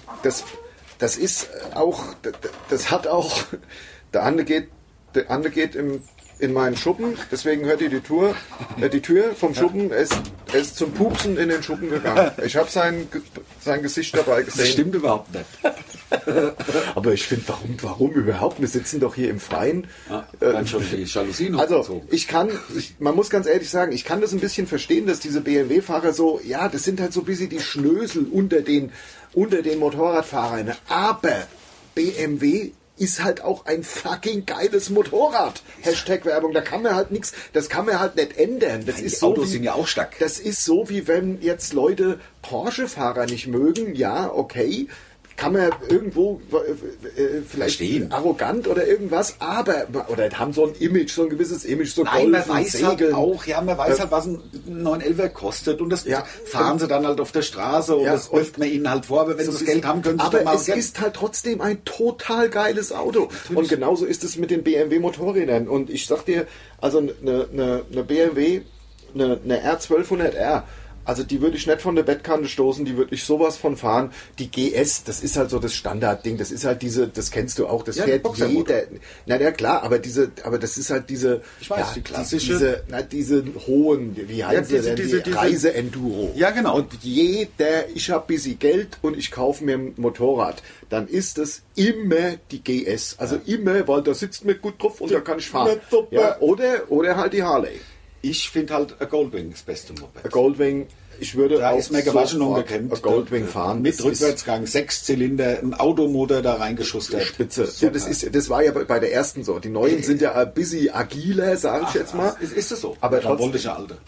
Speaker 1: das ist auch, das hat auch, der Ande geht in meinen Schuppen, deswegen hört ihr die Tür vom Schuppen, er ist zum Pupsen in den Schuppen gegangen. Ich habe sein Gesicht dabei gesehen.
Speaker 2: Das stimmt überhaupt nicht.
Speaker 1: Aber ich finde, warum überhaupt? Wir sitzen doch hier im Freien.
Speaker 2: Dann schon die Jalousien
Speaker 1: also, man muss ganz ehrlich sagen, ich kann das ein bisschen verstehen, dass diese BMW-Fahrer so, das sind halt so ein bisschen die Schnösel unter den Motorradfahrern. Aber BMW ist halt auch ein fucking geiles Motorrad. #Werbung, da kann man halt nichts, das kann man halt nicht ändern. Das ist so
Speaker 2: Autos sind ja auch stark.
Speaker 1: Das ist so, wie wenn jetzt Leute Porsche-Fahrer nicht mögen, ja, okay, kann man irgendwo vielleicht
Speaker 2: Verstehen.
Speaker 1: arrogant oder irgendwas, oder haben so ein Image, so ein gewisses Image, so
Speaker 2: Nein, man
Speaker 1: Golfen,
Speaker 2: weiß halt
Speaker 1: Segeln.
Speaker 2: auch, man weiß halt, was ein 911er kostet und das fahren sie dann halt auf der Straße und das wirft man ihnen halt vor, aber wenn sie das Geld haben, können sie
Speaker 1: aber
Speaker 2: doch mal
Speaker 1: es ist halt trotzdem ein total geiles Auto. Und genauso ist es mit den BMW Motorrädern. Und ich sag dir, also eine BMW, eine R1200R, also die würde ich nicht von der Bettkante stoßen, die würde ich sowas von fahren. Die GS, das ist halt so das Standardding, das ist halt das kennst du auch, das fährt jeder. Na ja klar, aber das ist halt diese,
Speaker 2: ich weiß, die klassische,
Speaker 1: diese hohen, wie heißt die Reise-Enduro.
Speaker 2: Ja, genau.
Speaker 1: Und ich habe bisschen Geld und ich kaufe mir ein Motorrad, dann ist es immer die GS. Also immer, weil da sitzt mir gut drauf und da kann ich fahren. Ja, oder halt die Harley.
Speaker 2: Ich finde halt ein Goldwing das beste Moped.
Speaker 1: Ein Goldwing, ich würde
Speaker 2: da
Speaker 1: auch
Speaker 2: ist mir gewaschen und gekämmt.
Speaker 1: Ein Goldwing fahren.
Speaker 2: Mit Rückwärtsgang, 6 Zylinder, ein Automotor da reingeschustert.
Speaker 1: Spitze. Ja, das war ja bei der ersten so. Die neuen sind ja ein bisschen agiler, sage ich jetzt mal.
Speaker 2: Ist das so?
Speaker 1: Aber
Speaker 2: dann wollte ich ja alte.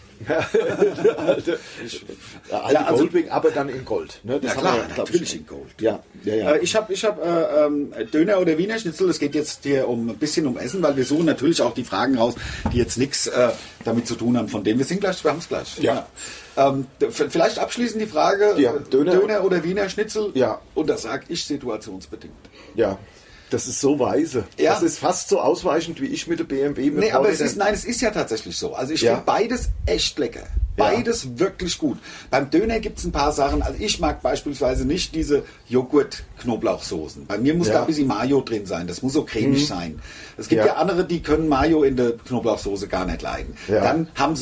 Speaker 1: alte Goldwing, aber dann in Gold. Ne? Das
Speaker 2: ja klar, natürlich in Gold.
Speaker 1: Ja.
Speaker 2: Ich hab Döner oder Wiener Schnitzel. Es geht jetzt hier ein bisschen um Essen, weil wir suchen natürlich auch die Fragen raus, die jetzt nichts damit zu tun haben, von denen wir haben es gleich.
Speaker 1: Ja.
Speaker 2: Vielleicht abschließend die Frage, Döner oder Wiener Schnitzel?
Speaker 1: Ja.
Speaker 2: Und das sage ich situationsbedingt.
Speaker 1: Ja. Das ist so weise.
Speaker 2: Ja.
Speaker 1: Das ist fast so ausweichend wie ich mit der BMW.
Speaker 2: Nee, aber es ist ja tatsächlich so. Also ich finde beides echt lecker. Beides wirklich gut. Beim Döner gibt es ein paar Sachen. Also ich mag beispielsweise nicht diese Joghurt-Knoblauchsoßen. Bei mir muss da ein bisschen Mayo drin sein. Das muss so cremig sein. Es gibt ja andere, die können Mayo in der Knoblauchsoße gar nicht leiden. Ja. Dann haben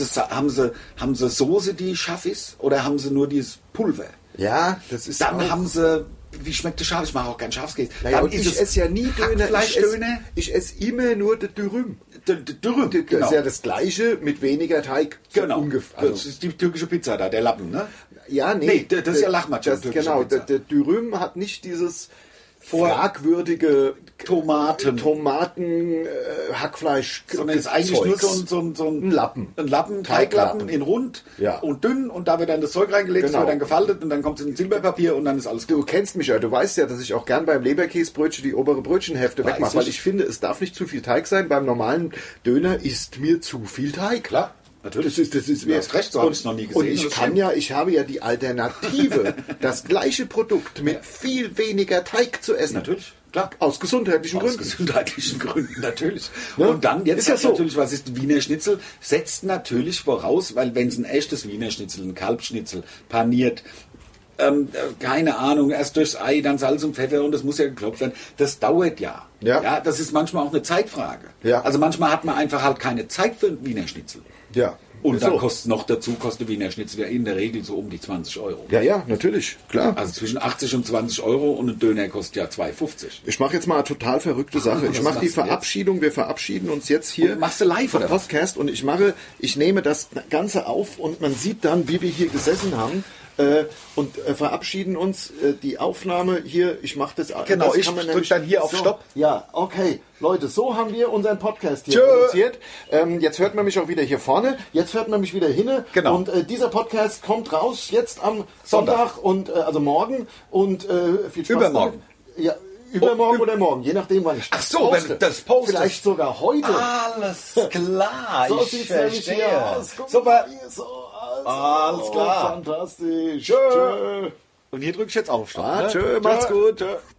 Speaker 2: sie Soße, die scharf ist, oder haben sie nur dieses Pulver?
Speaker 1: Ja, das ist
Speaker 2: dann haben sie... Wie schmeckt das scharf? Ich mache auch keinen Schafskäse.
Speaker 1: Naja, und ich esse ja nie Döner.
Speaker 2: Fleischdöner.
Speaker 1: Ich esse immer nur den Dürüm.
Speaker 2: Dürüm,
Speaker 1: genau. Das ist ja das Gleiche mit weniger Teig.
Speaker 2: Genau. Das ist die türkische Pizza da, der Lappen, ne?
Speaker 1: Ja, nee.
Speaker 2: Das ist ja Lahmacun.
Speaker 1: Genau, der Dürüm hat nicht dieses fragwürdige Tomaten, Hackfleisch,
Speaker 2: sondern ist eigentlich nur so ein
Speaker 1: Lappen.
Speaker 2: Ein Lappen, Teiglappen in rund und dünn und da wird dann das Zeug reingelegt, das wird dann gefaltet und dann kommt es in Silberpapier und dann ist alles gut.
Speaker 1: Du kennst mich ja, du weißt ja, dass ich auch gern beim Leberkäsebrötchen die obere Brötchenhälfte wegmache, weil ich finde, es darf nicht zu viel Teig sein. Beim normalen Döner ist mir zu viel Teig.
Speaker 2: Klar. Natürlich.
Speaker 1: Das ist
Speaker 2: du hast recht, so habe ich es noch nie gesehen.
Speaker 1: Und ich habe ja die Alternative, das gleiche Produkt mit viel weniger Teig zu essen.
Speaker 2: Natürlich. Klar.
Speaker 1: Aus gesundheitlichen Gründen.
Speaker 2: Aus gesundheitlichen Gründen, natürlich. Ne? Und dann, jetzt ist natürlich, was ist Wiener Schnitzel? Setzt natürlich voraus, weil wenn es ein echtes Wiener Schnitzel, ein Kalbschnitzel, paniert, keine Ahnung, erst durchs Ei, dann Salz und Pfeffer und das muss ja geklopft werden. Das dauert ja. Ja, das ist manchmal auch eine Zeitfrage.
Speaker 1: Ja.
Speaker 2: Also manchmal hat man einfach halt keine Zeit für einen Wiener Schnitzel.
Speaker 1: Ja.
Speaker 2: Und dann kostet Wiener Schnitzel ja in der Regel so um die 20 Euro.
Speaker 1: Ja, natürlich, klar.
Speaker 2: Also zwischen 80 und 20 Euro und ein Döner kostet ja 2,50.
Speaker 1: Ich mache jetzt mal eine total verrückte Sache. Ich mache die Verabschiedung, wir verabschieden uns jetzt hier.
Speaker 2: Und machst du live oder
Speaker 1: Podcast und ich nehme das Ganze auf und man sieht dann, wie wir hier gesessen haben. Und verabschieden uns. Die Aufnahme hier, ich mache das.
Speaker 2: Genau,
Speaker 1: das
Speaker 2: ich drücke dann hier auf Stopp.
Speaker 1: Ja, okay. Leute, so haben wir unseren Podcast hier produziert. Jetzt hört man mich auch wieder hier vorne. Jetzt hört man mich wieder hinne.
Speaker 2: Genau.
Speaker 1: Und dieser Podcast kommt raus jetzt am Sonntag und also morgen. Und viel Spaß.
Speaker 2: Übermorgen.
Speaker 1: Ja. Übermorgen oder morgen, je nachdem, wann ich
Speaker 2: das poste. Wenn du das postest.
Speaker 1: Vielleicht sogar heute.
Speaker 2: Alles klar.
Speaker 1: So sieht's nämlich hier aus.
Speaker 2: Super.
Speaker 1: Alles klar. Fantastisch.
Speaker 2: Tschö. Und hier drücke ich jetzt auf Stopp.
Speaker 1: Tschö, macht's gut. Tschö.